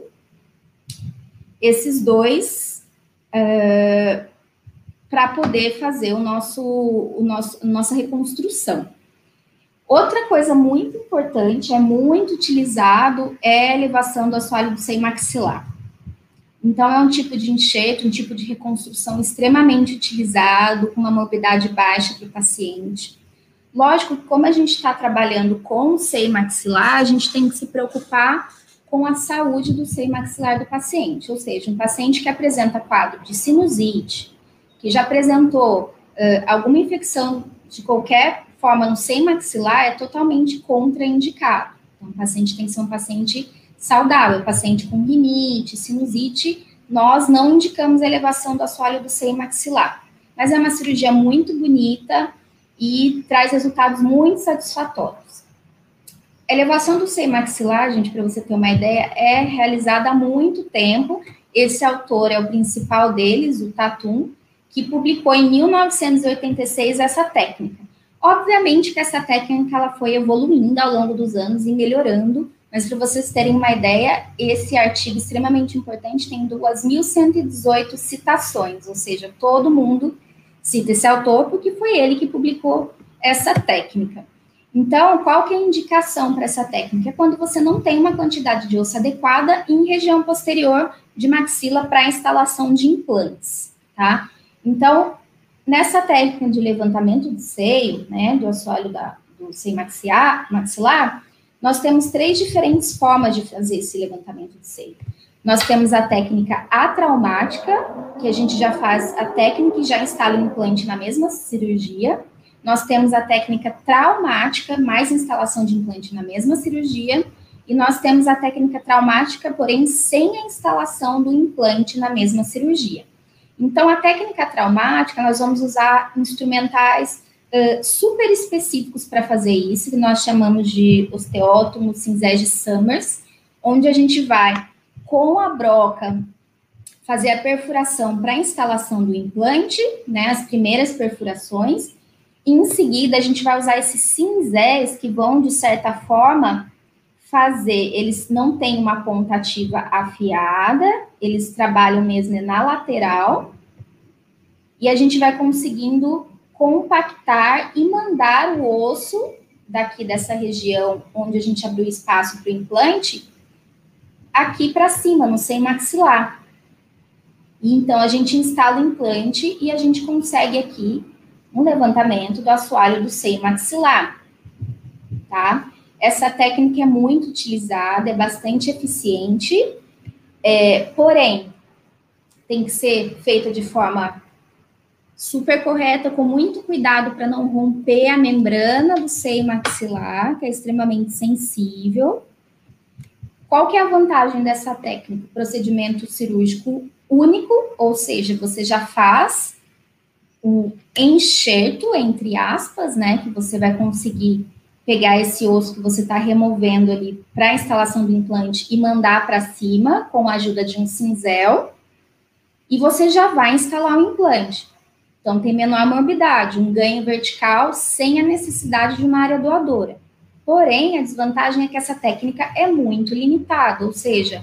esses dois uh, para poder fazer o nosso, o nosso, nossa reconstrução. Outra coisa muito importante, é muito utilizado, é a elevação do assoalho do seio maxilar. Então, é um tipo de enxerto, um tipo de reconstrução extremamente utilizado, com uma morbidade baixa para o paciente. Lógico que, como a gente está trabalhando com o seio maxilar, a gente tem que se preocupar com a saúde do seio maxilar do paciente. Ou seja, um paciente que apresenta quadro de sinusite, que já apresentou uh, alguma infecção de qualquer forma no seio maxilar, é totalmente contraindicado. Então, o paciente tem que ser um paciente saudável, paciente com rinite, sinusite, nós não indicamos a elevação do assoalho do seio maxilar. Mas é uma cirurgia muito bonita e traz resultados muito satisfatórios. A elevação do seio maxilar, gente, para você ter uma ideia, é realizada há muito tempo. Esse autor é o principal deles, o Tatum, que publicou em mil novecentos e oitenta e seis essa técnica. Obviamente que essa técnica ela foi evoluindo ao longo dos anos e melhorando, mas para vocês terem uma ideia, esse artigo extremamente importante tem duas mil cento e dezoito citações, ou seja, todo mundo Cita esse autor porque foi ele que publicou essa técnica. Então, qual que é a indicação para essa técnica? É quando você não tem uma quantidade de osso adequada em região posterior de maxila para instalação de implantes, tá? Então, nessa técnica de levantamento de seio, né, do assoalho da, do seio maxilar, maxilar, nós temos três diferentes formas de fazer esse levantamento de seio. Nós temos a técnica atraumática, que a gente já faz a técnica e já instala o implante na mesma cirurgia. Nós temos a técnica traumática, mais instalação de implante na mesma cirurgia. E nós temos a técnica traumática, porém sem a instalação do implante na mesma cirurgia. Então, a técnica traumática, nós vamos usar instrumentais uh, super específicos para fazer isso, que nós chamamos de osteótomo cinzés de Summers, onde a gente vai, com a broca, fazer a perfuração para a instalação do implante, né, as primeiras perfurações. Em seguida, a gente vai usar esses cinzéis que vão, de certa forma, fazer, eles não têm uma ponta ativa afiada, eles trabalham mesmo na lateral, e a gente vai conseguindo compactar e mandar o osso daqui dessa região onde a gente abriu espaço para o implante, aqui para cima, no seio maxilar. E então, a gente instala o implante e a gente consegue aqui um levantamento do assoalho do seio maxilar, tá? Essa técnica é muito utilizada, é bastante eficiente, é, porém, tem que ser feita de forma super correta, com muito cuidado para não romper a membrana do seio maxilar, que é extremamente sensível. Qual que é a vantagem dessa técnica? Procedimento cirúrgico único, ou seja, você já faz o enxerto, entre aspas, né, que você vai conseguir pegar esse osso que você está removendo ali para a instalação do implante e mandar para cima com a ajuda de um cinzel, e você já vai instalar o implante. Então, tem menor morbidade, um ganho vertical sem a necessidade de uma área doadora. Porém, a desvantagem é que essa técnica é muito limitada, ou seja,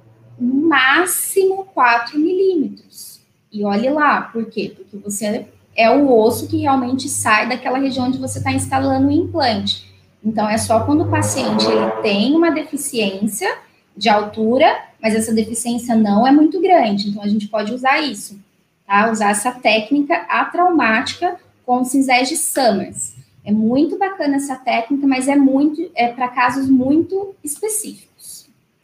no máximo quatro milímetros. E olhe lá, por quê? Porque você é o osso que realmente sai daquela região onde você está instalando o implante. Então, é só quando o paciente ele tem uma deficiência de altura, mas essa deficiência não é muito grande. Então, a gente pode usar isso, tá? Usar essa técnica atraumática com cinzéis de Summers. É muito bacana essa técnica, mas é muito é para casos muito específicos.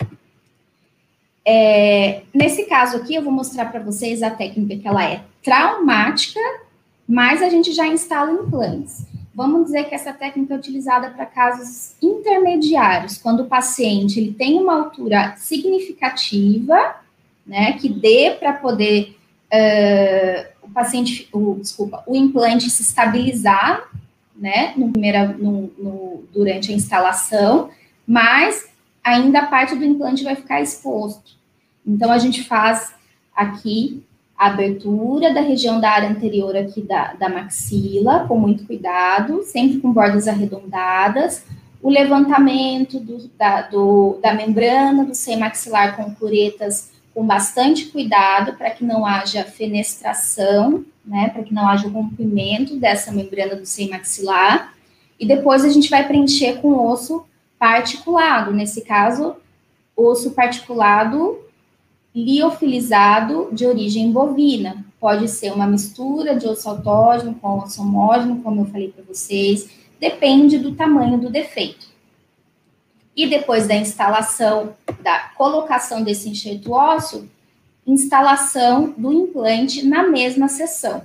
É, nesse caso aqui, eu vou mostrar para vocês a técnica que ela é traumática, mas a gente já instala implantes. Vamos dizer que essa técnica é utilizada para casos intermediários, quando o paciente ele tem uma altura significativa, né, que dê para poder uh, o paciente, o, desculpa, o implante se estabilizar, né, no primeira, no, no, durante a instalação, mas ainda a parte do implante vai ficar exposto. Então, a gente faz aqui a abertura da região da área anterior aqui da, da maxila, com muito cuidado, sempre com bordas arredondadas, o levantamento do, da, do, da membrana do seio maxilar com curetas com bastante cuidado para que não haja fenestração, né, para que não haja o rompimento dessa membrana do seio maxilar, e depois a gente vai preencher com osso particulado, nesse caso, osso particulado liofilizado de origem bovina. Pode ser uma mistura de osso autógeno com osso homógeno, como eu falei para vocês, depende do tamanho do defeito. E depois da instalação, da colocação desse enxerto ósseo, instalação do implante na mesma sessão.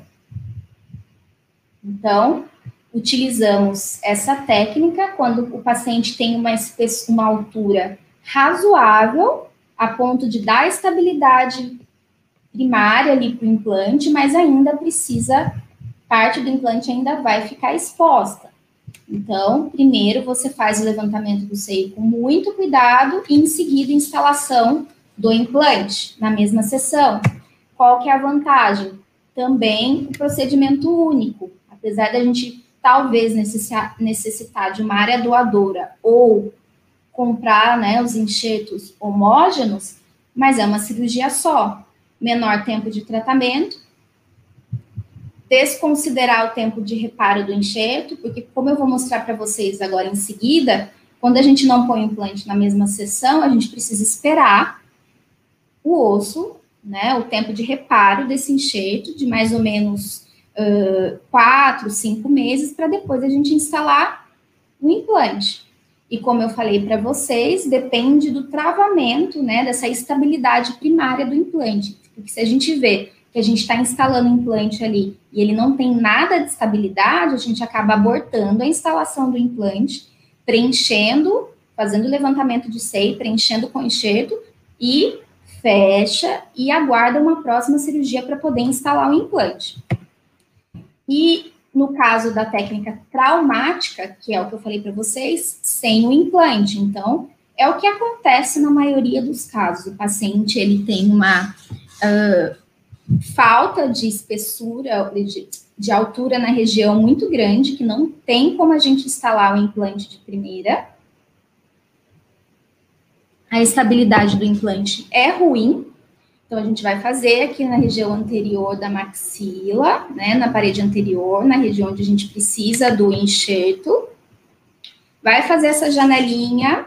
Então, utilizamos essa técnica quando o paciente tem uma, uma altura razoável, a ponto de dar estabilidade primária ali para o implante, mas ainda precisa, parte do implante ainda vai ficar exposta. Então, primeiro você faz o levantamento do seio com muito cuidado e em seguida a instalação do implante na mesma sessão. Qual que é a vantagem? Também o procedimento único. Apesar da gente talvez necessitar de uma área doadora ou comprar, né, os enxertos homógenos, mas é uma cirurgia só. Menor tempo de tratamento desconsiderar o tempo de reparo do enxerto, porque como eu vou mostrar para vocês agora em seguida, quando a gente não põe o implante na mesma sessão, a gente precisa esperar o osso, né, o tempo de reparo desse enxerto, de mais ou menos uh, quatro, cinco meses, para depois a gente instalar o implante. E como eu falei para vocês, depende do travamento, né, dessa estabilidade primária do implante. Porque se a gente vê que a gente está instalando o implante ali e ele não tem nada de estabilidade, a gente acaba abortando a instalação do implante, preenchendo, fazendo o levantamento de seio, preenchendo com enxerto e fecha e aguarda uma próxima cirurgia para poder instalar o implante. E no caso da técnica traumática, que é o que eu falei para vocês, sem o implante. Então, é o que acontece na maioria dos casos. O paciente, ele tem uma uh, falta de espessura, de, de altura na região muito grande, que não tem como a gente instalar o implante de primeira. A estabilidade do implante é ruim, então a gente vai fazer aqui na região anterior da maxila, né, na parede anterior, na região onde a gente precisa do enxerto. Vai fazer essa janelinha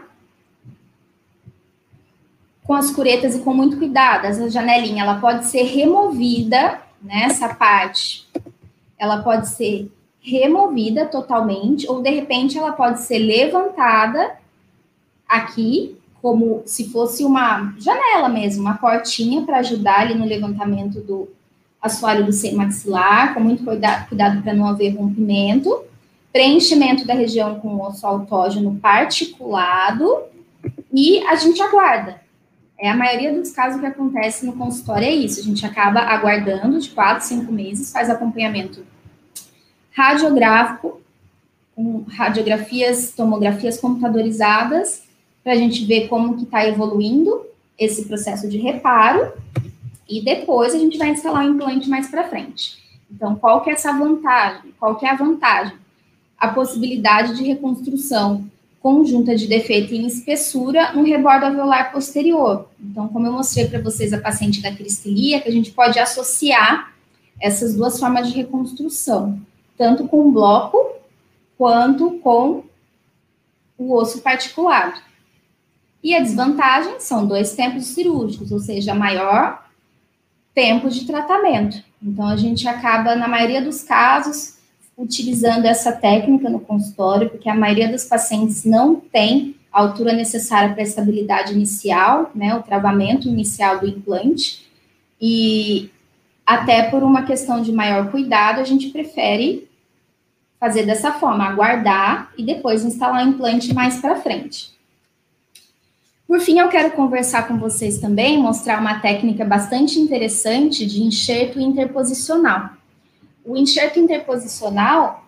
com as curetas e com muito cuidado. Essa janelinha, ela pode ser removida, né, essa parte, ela pode ser removida totalmente, ou de repente ela pode ser levantada aqui, como se fosse uma janela mesmo, uma portinha para ajudar ali no levantamento do assoalho do seio maxilar, com muito cuida cuidado para não haver rompimento, preenchimento da região com osso autógeno particulado, e a gente aguarda. É a maioria dos casos que acontece no consultório é isso, a gente acaba aguardando de quatro, cinco meses, faz acompanhamento radiográfico, com radiografias, tomografias computadorizadas, para a gente ver como que está evoluindo esse processo de reparo, e depois a gente vai instalar o implante mais para frente. Então, qual que é essa vantagem? Qual que é a vantagem? A possibilidade de reconstrução conjunta de defeito em espessura no rebordo alveolar posterior. Então, como eu mostrei para vocês a paciente da cristelia, que a gente pode associar essas duas formas de reconstrução, tanto com o bloco, quanto com o osso particulado. E a desvantagem são dois tempos cirúrgicos, ou seja, maior tempo de tratamento. Então, a gente acaba, na maioria dos casos, utilizando essa técnica no consultório, porque a maioria dos pacientes não tem a altura necessária para a estabilidade inicial, né, o travamento inicial do implante, e até por uma questão de maior cuidado, a gente prefere fazer dessa forma, aguardar e depois instalar o implante mais para frente. Por fim, eu quero conversar com vocês também, mostrar uma técnica bastante interessante de enxerto interposicional. O enxerto interposicional,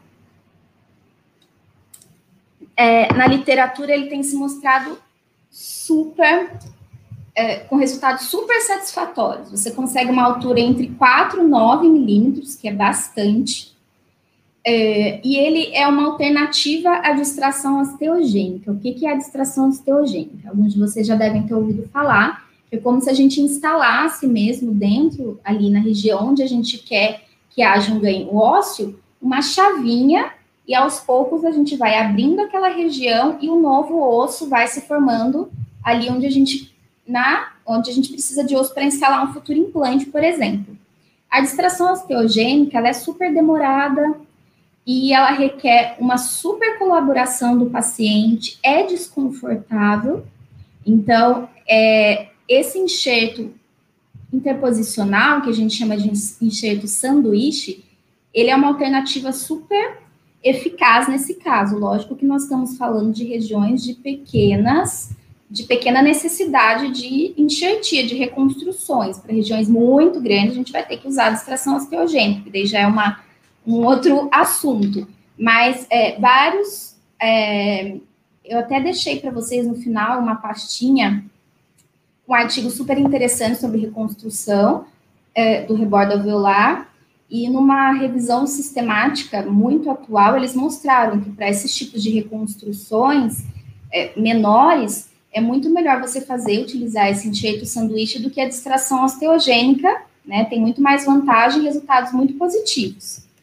é, na literatura, ele tem se mostrado super, é, com resultados super satisfatórios. Você consegue uma altura entre quatro e nove milímetros, que é bastante. É, e ele é uma alternativa à distração osteogênica. O que, que é a distração osteogênica? Alguns de vocês já devem ter ouvido falar, que é como se a gente instalasse mesmo dentro, ali na região onde a gente quer que haja um ganho ósseo, uma chavinha, e aos poucos a gente vai abrindo aquela região e o novo osso vai se formando ali onde a gente, na, onde a gente precisa de osso para instalar um futuro implante, por exemplo. A distração osteogênica, ela é super demorada, e ela requer uma super colaboração do paciente, é desconfortável. Então, é, esse enxerto interposicional, que a gente chama de enxerto sanduíche, ele é uma alternativa super eficaz nesse caso. Lógico que nós estamos falando de regiões de pequenas, de pequena necessidade de enxertia, de reconstruções. Para regiões muito grandes, a gente vai ter que usar a distração osteogênica, que daí já é uma um outro assunto, mas é, vários, é, eu até deixei para vocês no final uma pastinha, um artigo super interessante sobre reconstrução é, do rebordo alveolar, e numa revisão sistemática muito atual, eles mostraram que para esses tipos de reconstruções é, menores, é muito melhor você fazer, utilizar esse enxerto sanduíche do que a distração osteogênica, né, tem muito mais vantagem e resultados muito positivos.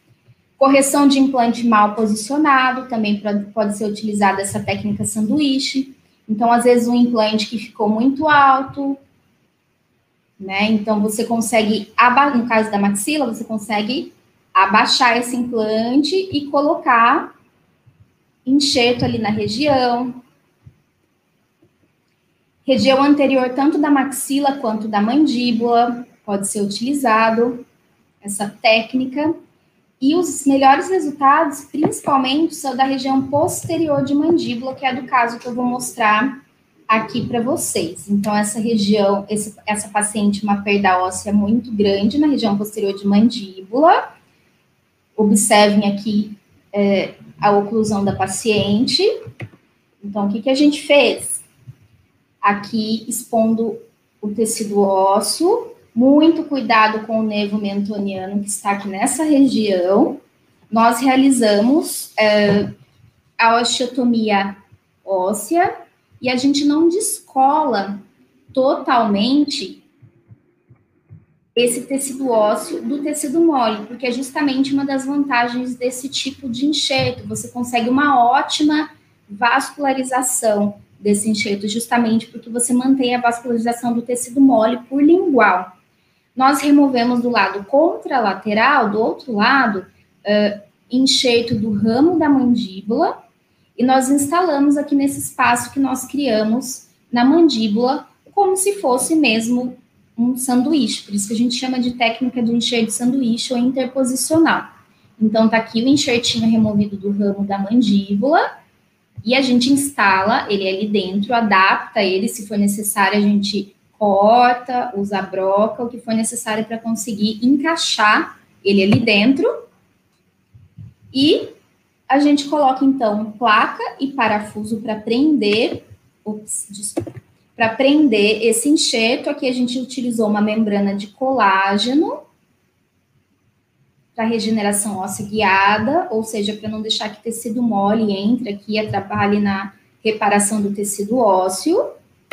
Correção de implante mal posicionado, também pode ser utilizada essa técnica sanduíche. Então, às vezes, um implante que ficou muito alto, né? Então, você consegue, no caso da maxila, você consegue abaixar esse implante e colocar enxerto ali na região. Região anterior, tanto da maxila quanto da mandíbula, pode ser utilizado essa técnica. E os melhores resultados, principalmente, são da região posterior de mandíbula, que é do caso que eu vou mostrar aqui para vocês. Então, essa região, esse, essa paciente, uma perda óssea muito grande na região posterior de mandíbula. Observem aqui é, a oclusão da paciente. Então, o que, que a gente fez? Aqui, expondo o tecido ósseo. Muito cuidado com o nervo mentoniano, que está aqui nessa região. Nós realizamos é, a osteotomia óssea e a gente não descola totalmente esse tecido ósseo do tecido mole, porque é justamente uma das vantagens desse tipo de enxerto. Você consegue uma ótima vascularização desse enxerto, justamente porque você mantém a vascularização do tecido mole por lingual. Nós removemos do lado contralateral, do outro lado, uh, enxerto do ramo da mandíbula, e nós instalamos aqui nesse espaço que nós criamos na mandíbula, como se fosse mesmo um sanduíche. Por isso que a gente chama de técnica de enxerto sanduíche ou interposicional. Então, tá aqui o enxertinho removido do ramo da mandíbula, e a gente instala ele ali dentro, adapta ele, se for necessário, a gente corta, usa a broca, o que for necessário para conseguir encaixar ele ali dentro. E a gente coloca, então, placa e parafuso para prender, para prender esse enxerto. Aqui a gente utilizou uma membrana de colágeno para regeneração óssea guiada, ou seja, para não deixar que tecido mole entre aqui e atrapalhe na reparação do tecido ósseo.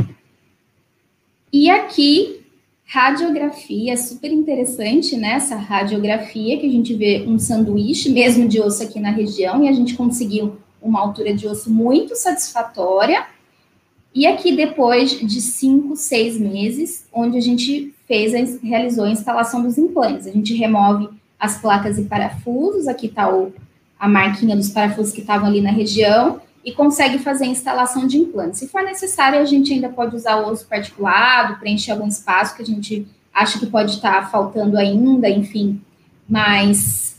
E aqui, radiografia, super interessante, né? Essa radiografia, que a gente vê um sanduíche mesmo de osso aqui na região, e a gente conseguiu uma altura de osso muito satisfatória. E aqui, depois de cinco, seis meses, onde a gente fez, a, realizou a instalação dos implantes. A gente remove as placas e parafusos, aqui está a marquinha dos parafusos que estavam ali na região, e consegue fazer a instalação de implantes. Se for necessário, a gente ainda pode usar o osso particulado, preencher algum espaço que a gente acha que pode estar faltando ainda, enfim. Mas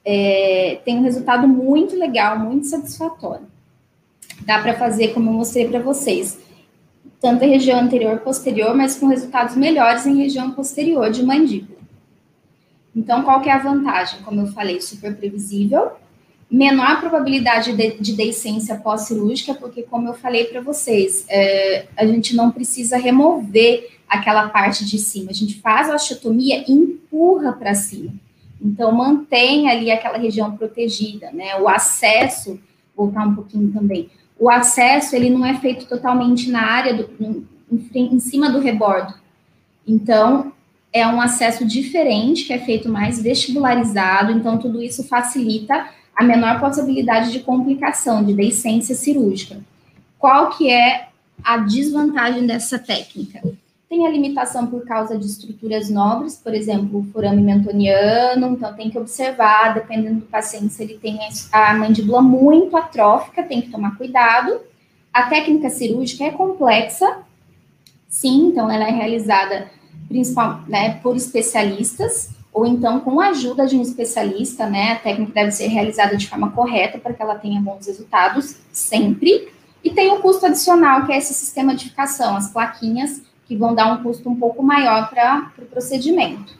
é, tem um resultado muito legal, muito satisfatório. Dá para fazer, como eu mostrei para vocês, tanto a região anterior e posterior, mas com resultados melhores em região posterior de mandíbula. Então, qual que é a vantagem? Como eu falei, super previsível, menor probabilidade de, de deiscência pós-cirúrgica, porque, como eu falei para vocês, é, a gente não precisa remover aquela parte de cima, a gente faz a osteotomia e empurra para cima. Então, mantém ali aquela região protegida, né? O acesso, voltar um pouquinho também, o acesso, ele não é feito totalmente na área, do, em, em cima do rebordo. Então, é um acesso diferente, que é feito mais vestibularizado, então tudo isso facilita a menor possibilidade de complicação, de deiscência cirúrgica. Qual que é a desvantagem dessa técnica? Tem a limitação por causa de estruturas nobres, por exemplo, o forame mentoniano, então tem que observar, dependendo do paciente, se ele tem a mandíbula muito atrófica, tem que tomar cuidado. A técnica cirúrgica é complexa, sim, então ela é realizada principal, né, por especialistas, ou então com a ajuda de um especialista, né, a técnica deve ser realizada de forma correta para que ela tenha bons resultados, sempre. E tem o custo adicional, que é esse sistema de fixação, as plaquinhas, que vão dar um custo um pouco maior para o pro procedimento.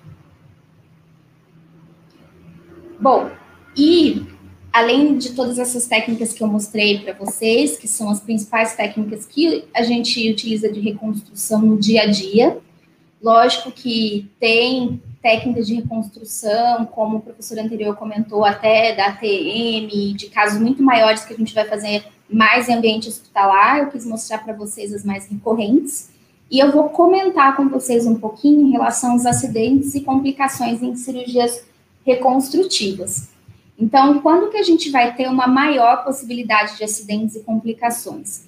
Bom, e além de todas essas técnicas que eu mostrei para vocês, que são as principais técnicas que a gente utiliza de reconstrução no dia a dia, lógico que tem técnicas de reconstrução, como o professor anterior comentou, até da A T M, de casos muito maiores que a gente vai fazer mais em ambiente hospitalar. Eu quis mostrar para vocês as mais recorrentes. E eu vou comentar com vocês um pouquinho em relação aos acidentes e complicações em cirurgias reconstrutivas. Então, quando que a gente vai ter uma maior possibilidade de acidentes e complicações?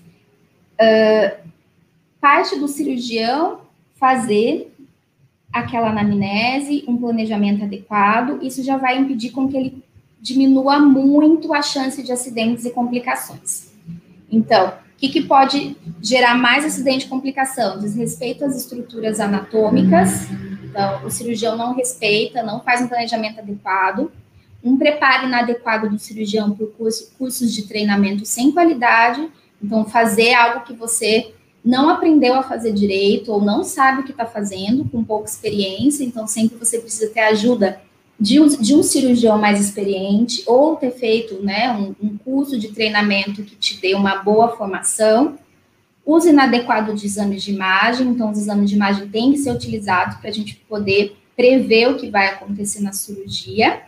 Uh, parte do cirurgião fazer aquela anamnese, um planejamento adequado, isso já vai impedir com que ele diminua muito a chance de acidentes e complicações. Então, o que, que pode gerar mais acidente e complicação? Desrespeito às estruturas anatômicas, então o cirurgião não respeita, não faz um planejamento adequado, um preparo inadequado do cirurgião por curso, cursos de treinamento sem qualidade, então fazer algo que você não aprendeu a fazer direito ou não sabe o que está fazendo, com pouca experiência, então sempre você precisa ter ajuda de um, de um cirurgião mais experiente ou ter feito, né, um, um curso de treinamento que te dê uma boa formação. Uso inadequado de exames de imagem, então os exames de imagem têm que ser utilizados para a gente poder prever o que vai acontecer na cirurgia.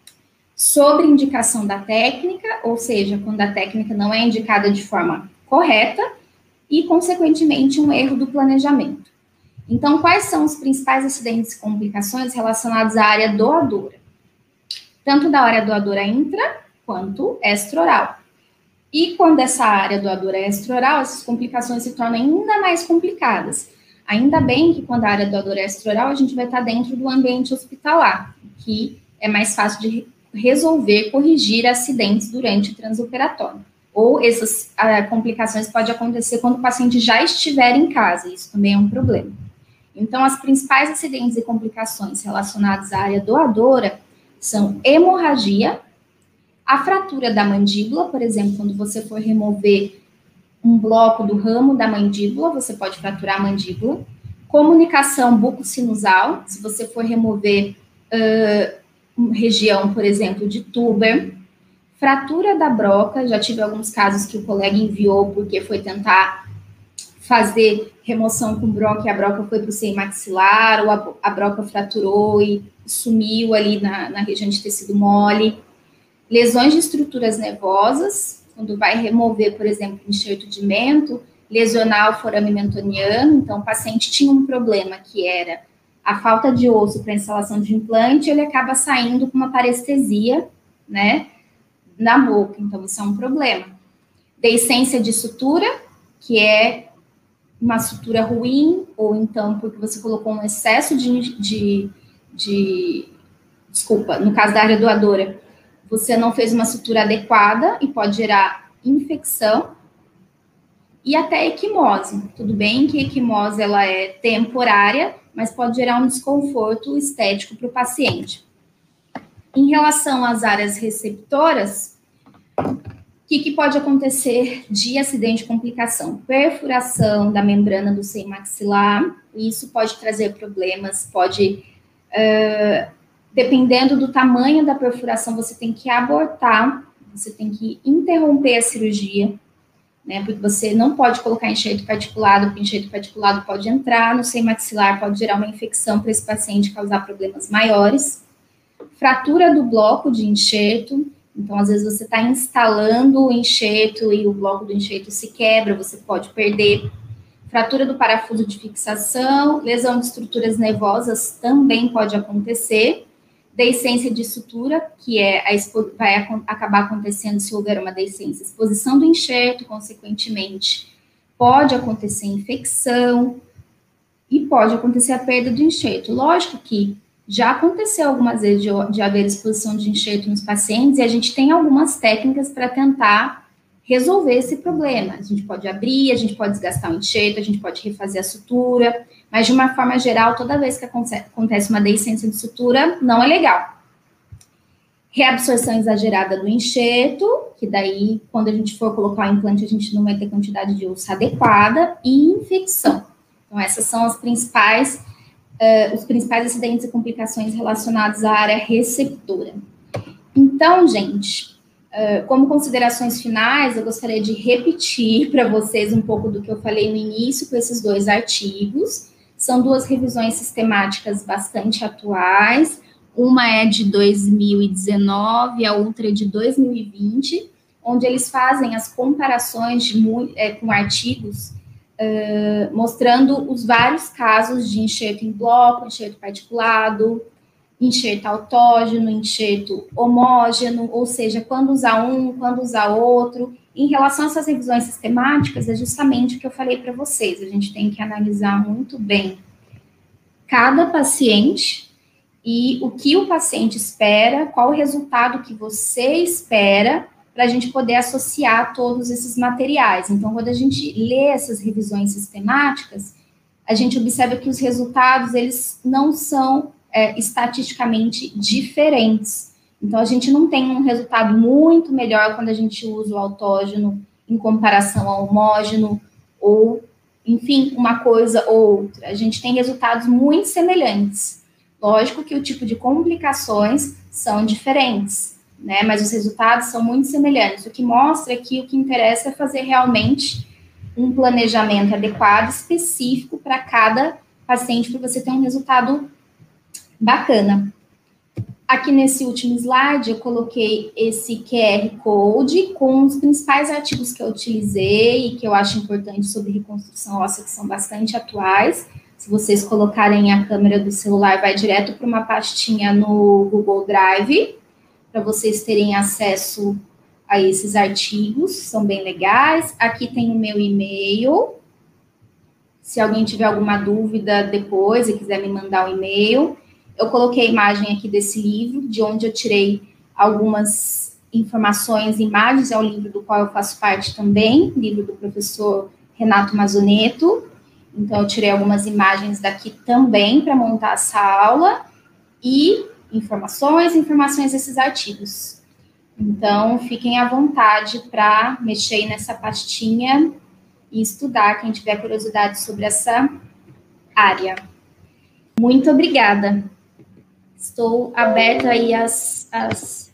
Sobre indicação da técnica, ou seja, quando a técnica não é indicada de forma correta, e, consequentemente, um erro do planejamento. Então, quais são os principais acidentes e complicações relacionados à área doadora? Tanto da área doadora intra, quanto extraoral. E quando essa área doadora é extraoral, essas complicações se tornam ainda mais complicadas. Ainda bem que quando a área doadora é extraoral, a gente vai estar dentro do ambiente hospitalar, que é mais fácil de resolver, corrigir acidentes durante o transoperatório. Ou essas uh, complicações podem acontecer quando o paciente já estiver em casa, isso também é um problema. Então, as principais acidentes e complicações relacionadas à área doadora são hemorragia, a fratura da mandíbula, por exemplo, quando você for remover um bloco do ramo da mandíbula, você pode fraturar a mandíbula, comunicação bucosinusal, se você for remover uh, uma região, por exemplo, de túber, fratura da broca, já tive alguns casos que o colega enviou porque foi tentar fazer remoção com broca e a broca foi para o seio maxilar, ou a, a broca fraturou e sumiu ali na, na região de tecido mole. Lesões de estruturas nervosas, quando vai remover, por exemplo, enxerto de mento, lesionar o forame mentoniano, então o paciente tinha um problema que era a falta de osso para a instalação de implante, ele acaba saindo com uma parestesia, né, na boca, então isso é um problema. Deiscência de sutura, que é uma sutura ruim, ou então porque você colocou um excesso de, de, de desculpa, no caso da área doadora, você não fez uma sutura adequada e pode gerar infecção e até equimose. Tudo bem que a equimose ela é temporária, mas pode gerar um desconforto estético para o paciente. Em relação às áreas receptoras, o que, que pode acontecer de acidente e complicação? Perfuração da membrana do seio maxilar, isso pode trazer problemas, pode, uh, dependendo do tamanho da perfuração, você tem que abortar, você tem que interromper a cirurgia, né, porque você não pode colocar enxerto particulado, porque enxerto particulado pode entrar no seio maxilar, pode gerar uma infecção para esse paciente, causar problemas maiores. Fratura do bloco de enxerto, então às vezes você está instalando o enxerto e o bloco do enxerto se quebra, você pode perder. Fratura do parafuso de fixação, lesão de estruturas nervosas também pode acontecer. Deiscência de sutura, que é a expo- vai ac- acabar acontecendo se houver uma deiscência. Exposição do enxerto, consequentemente, pode acontecer infecção e pode acontecer a perda do enxerto. Lógico que já aconteceu algumas vezes de, de haver exposição de enxerto nos pacientes e a gente tem algumas técnicas para tentar resolver esse problema. A gente pode abrir, a gente pode desgastar o enxerto, a gente pode refazer a sutura, mas de uma forma geral, toda vez que acontece uma deiscência de sutura, não é legal. Reabsorção exagerada do enxerto, que daí, quando a gente for colocar o implante, a gente não vai ter quantidade de osso adequada, e infecção. Então, essas são as principais Uh, os principais acidentes e complicações relacionados à área receptora. Então, gente, uh, como considerações finais, eu gostaria de repetir para vocês um pouco do que eu falei no início com esses dois artigos. São duas revisões sistemáticas bastante atuais. Uma é de dois mil e dezenove, a outra é de dois mil e vinte, onde eles fazem as comparações de, é, com artigos Uh, mostrando os vários casos de enxerto em bloco, enxerto particulado, enxerto autógeno, enxerto homógeno, ou seja, quando usar um, quando usar outro. Em relação a essas revisões sistemáticas, é justamente o que eu falei para vocês, a gente tem que analisar muito bem cada paciente e o que o paciente espera, qual o resultado que você espera, para a gente poder associar todos esses materiais. Então, quando a gente lê essas revisões sistemáticas, a gente observa que os resultados, eles não são é, estatisticamente diferentes. Então, a gente não tem um resultado muito melhor quando a gente usa o autógeno em comparação ao homógeno, ou, enfim, uma coisa ou outra. A gente tem resultados muito semelhantes. Lógico que o tipo de complicações são diferentes, né? Mas os resultados são muito semelhantes. O que mostra que o que interessa é fazer realmente um planejamento adequado, específico para cada paciente, para você ter um resultado bacana. Aqui nesse último slide, eu coloquei esse Q R Code com os principais artigos que eu utilizei e que eu acho importante sobre reconstrução óssea, que são bastante atuais. Se vocês colocarem a câmera do celular, vai direto para uma pastinha no Google Drive, para vocês terem acesso a esses artigos, são bem legais. Aqui tem o meu e-mail. Se alguém tiver alguma dúvida depois e quiser me mandar um e-mail. Eu coloquei a imagem aqui desse livro, de onde eu tirei algumas informações, imagens, é o livro do qual eu faço parte também, livro do professor Renato Mazzonetto. Então, eu tirei algumas imagens daqui também para montar essa aula e informações, informações desses artigos. Então, fiquem à vontade para mexer nessa pastinha e estudar, quem tiver curiosidade sobre essa área. Muito obrigada. Estou aberta aí às... às...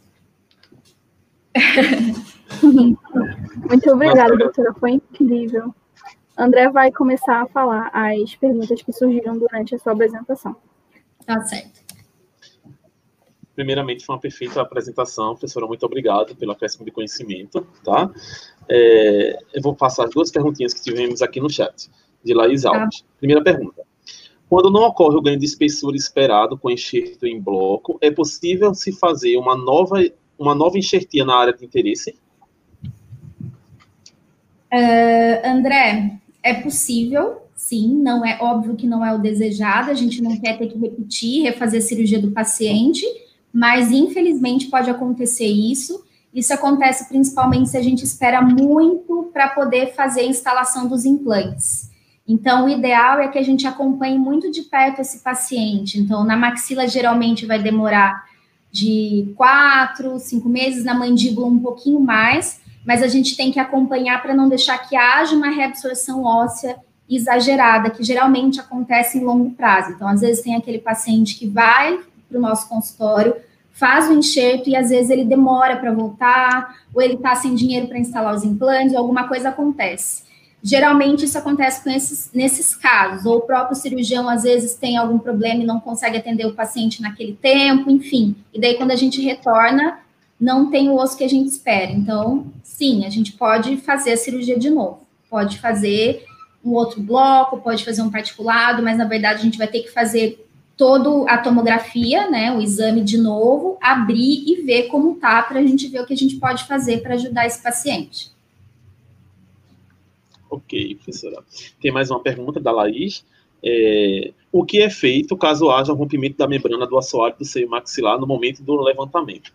Muito obrigada, doutora. Foi incrível. André vai começar a falar as perguntas que surgiram durante a sua apresentação. Tá certo. Primeiramente, foi uma perfeita apresentação, professora, muito obrigado pelo acréscimo de conhecimento, tá? É, eu vou passar as duas perguntinhas que tivemos aqui no chat, de Laís Alves. Tá. Primeira pergunta. Quando não ocorre o ganho de espessura esperado com enxerto em bloco, é possível se fazer uma nova, uma nova enxertia na área de interesse? Uh, André, é possível, sim, não é óbvio que não é o desejado, a gente não quer ter que repetir, refazer a cirurgia do paciente, mas infelizmente pode acontecer isso. Isso acontece principalmente se a gente espera muito para poder fazer a instalação dos implantes. Então, o ideal é que a gente acompanhe muito de perto esse paciente. Então, na maxila, geralmente vai demorar de quatro, cinco meses, na mandíbula um pouquinho mais, mas a gente tem que acompanhar para não deixar que haja uma reabsorção óssea exagerada, que geralmente acontece em longo prazo. Então, às vezes, tem aquele paciente que vai para o nosso consultório, faz o enxerto e, às vezes, ele demora para voltar, ou ele está sem dinheiro para instalar os implantes, ou alguma coisa acontece. Geralmente, isso acontece com esses, nesses casos, ou o próprio cirurgião, às vezes, tem algum problema e não consegue atender o paciente naquele tempo, enfim. E daí, quando a gente retorna, não tem o osso que a gente espera. Então, sim, a gente pode fazer a cirurgia de novo. Pode fazer um outro bloco, pode fazer um particulado, mas, na verdade, a gente vai ter que fazer toda a tomografia, né, o exame de novo, abrir e ver como tá, para a gente ver o que a gente pode fazer para ajudar esse paciente. Ok, professora. Tem mais uma pergunta da Laís. É, o que é feito caso haja um rompimento da membrana do assoalho do seio maxilar no momento do levantamento?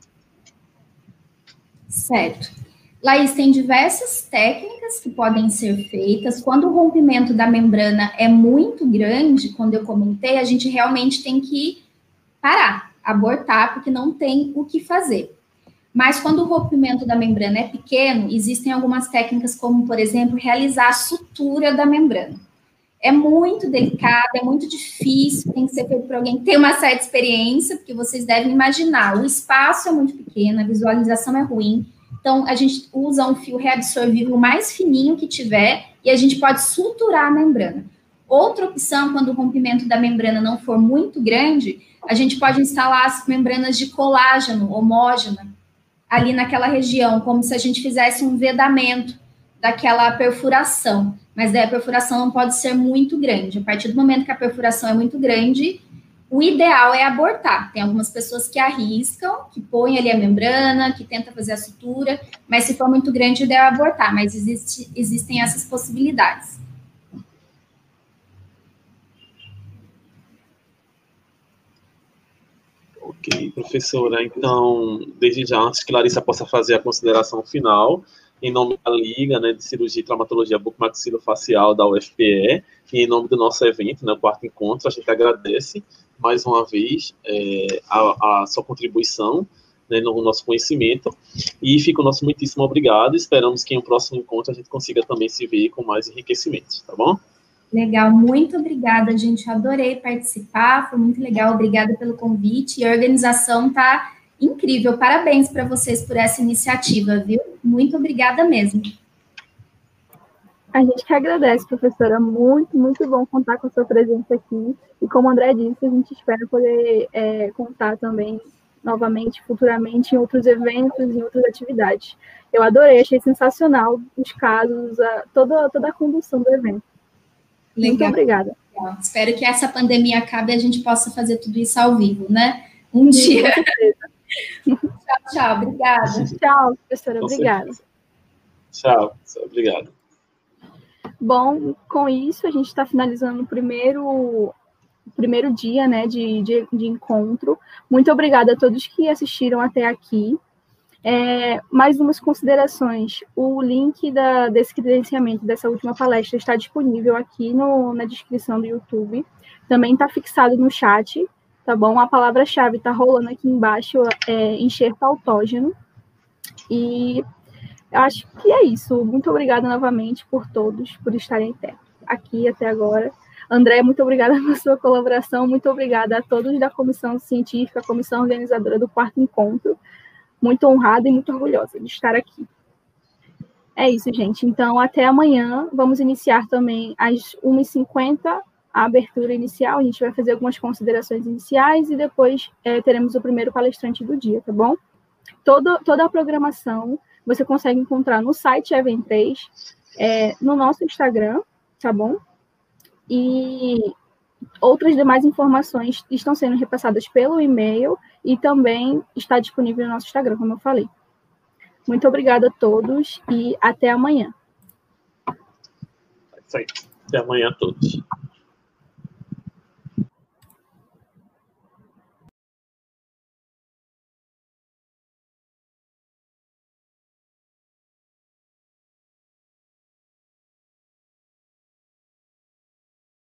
Certo. Laís, tem diversas técnicas que podem ser feitas. Quando o rompimento da membrana é muito grande, quando eu comentei, a gente realmente tem que parar, abortar, porque não tem o que fazer. Mas quando o rompimento da membrana é pequeno, existem algumas técnicas, como, por exemplo, realizar a sutura da membrana. É muito delicado, é muito difícil, tem que ser feito por alguém que tem uma certa experiência, porque vocês devem imaginar, o espaço é muito pequeno, a visualização é ruim, então a gente usa um fio reabsorvível mais fininho que tiver e a gente pode suturar a membrana. Outra opção, quando o rompimento da membrana não for muito grande, a gente pode instalar as membranas de colágeno homógena ali naquela região, como se a gente fizesse um vedamento daquela perfuração. Mas daí a perfuração não pode ser muito grande. A partir do momento que a perfuração é muito grande, o ideal é abortar. Tem algumas pessoas que arriscam, que põem ali a membrana, que tentam fazer a sutura, mas se for muito grande, o ideal é abortar, mas existe, existem essas possibilidades. Ok, professora. Então, desde já, antes que Larissa possa fazer a consideração final, em nome da Liga, né, de Cirurgia e Traumatologia Bucomaxilofacial da U F P E, e em nome do nosso evento, né, o quarto encontro, a gente agradece mais uma vez é, a, a sua contribuição, né, no nosso conhecimento, e fica o nosso muitíssimo obrigado. Esperamos que em um próximo encontro a gente consiga também se ver com mais enriquecimentos, tá bom? Legal, muito obrigada, gente. Adorei participar, foi muito legal. Obrigada pelo convite. E a organização tá incrível. Parabéns para vocês por essa iniciativa, viu? Muito obrigada mesmo. A gente que agradece, professora. Muito, muito bom contar com a sua presença aqui. E como o André disse, a gente espera poder é, contar também novamente, futuramente, em outros eventos, em outras atividades. Eu adorei, achei sensacional os casos, a, toda, toda a condução do evento. Legal. Muito obrigada. Legal. Espero que essa pandemia acabe e a gente possa fazer tudo isso ao vivo, né? Um dia. Com certeza. Tchau, tchau. Obrigada. Tchau, professora. Com obrigada. certeza. Tchau, obrigado. Bom, com isso, a gente está finalizando o primeiro, o primeiro dia, né, de, de, de encontro. Muito obrigada a todos que assistiram até aqui. É, mais umas considerações. O link da, desse credenciamento, dessa última palestra, está disponível aqui no, na descrição do YouTube. Também está fixado no chat, tá bom? A palavra-chave está rolando aqui embaixo, é enxerto autógeno. E eu acho que é isso. Muito obrigada novamente por todos, por estarem até aqui até agora. André, muito obrigada pela sua colaboração. Muito obrigada a todos da comissão científica, comissão organizadora do quarto encontro. Muito honrada e muito orgulhosa de estar aqui. É isso, gente. Então, até amanhã. Vamos iniciar também às uma e cinquenta a abertura inicial. A gente vai fazer algumas considerações iniciais e depois é, teremos o primeiro palestrante do dia, tá bom? Todo, toda a programação você consegue encontrar no site Event três, é, no nosso Instagram, tá bom? E outras demais informações estão sendo repassadas pelo e-mail e também está disponível no nosso Instagram, como eu falei. Muito obrigada a todos e até amanhã. É isso aí. Até amanhã a todos.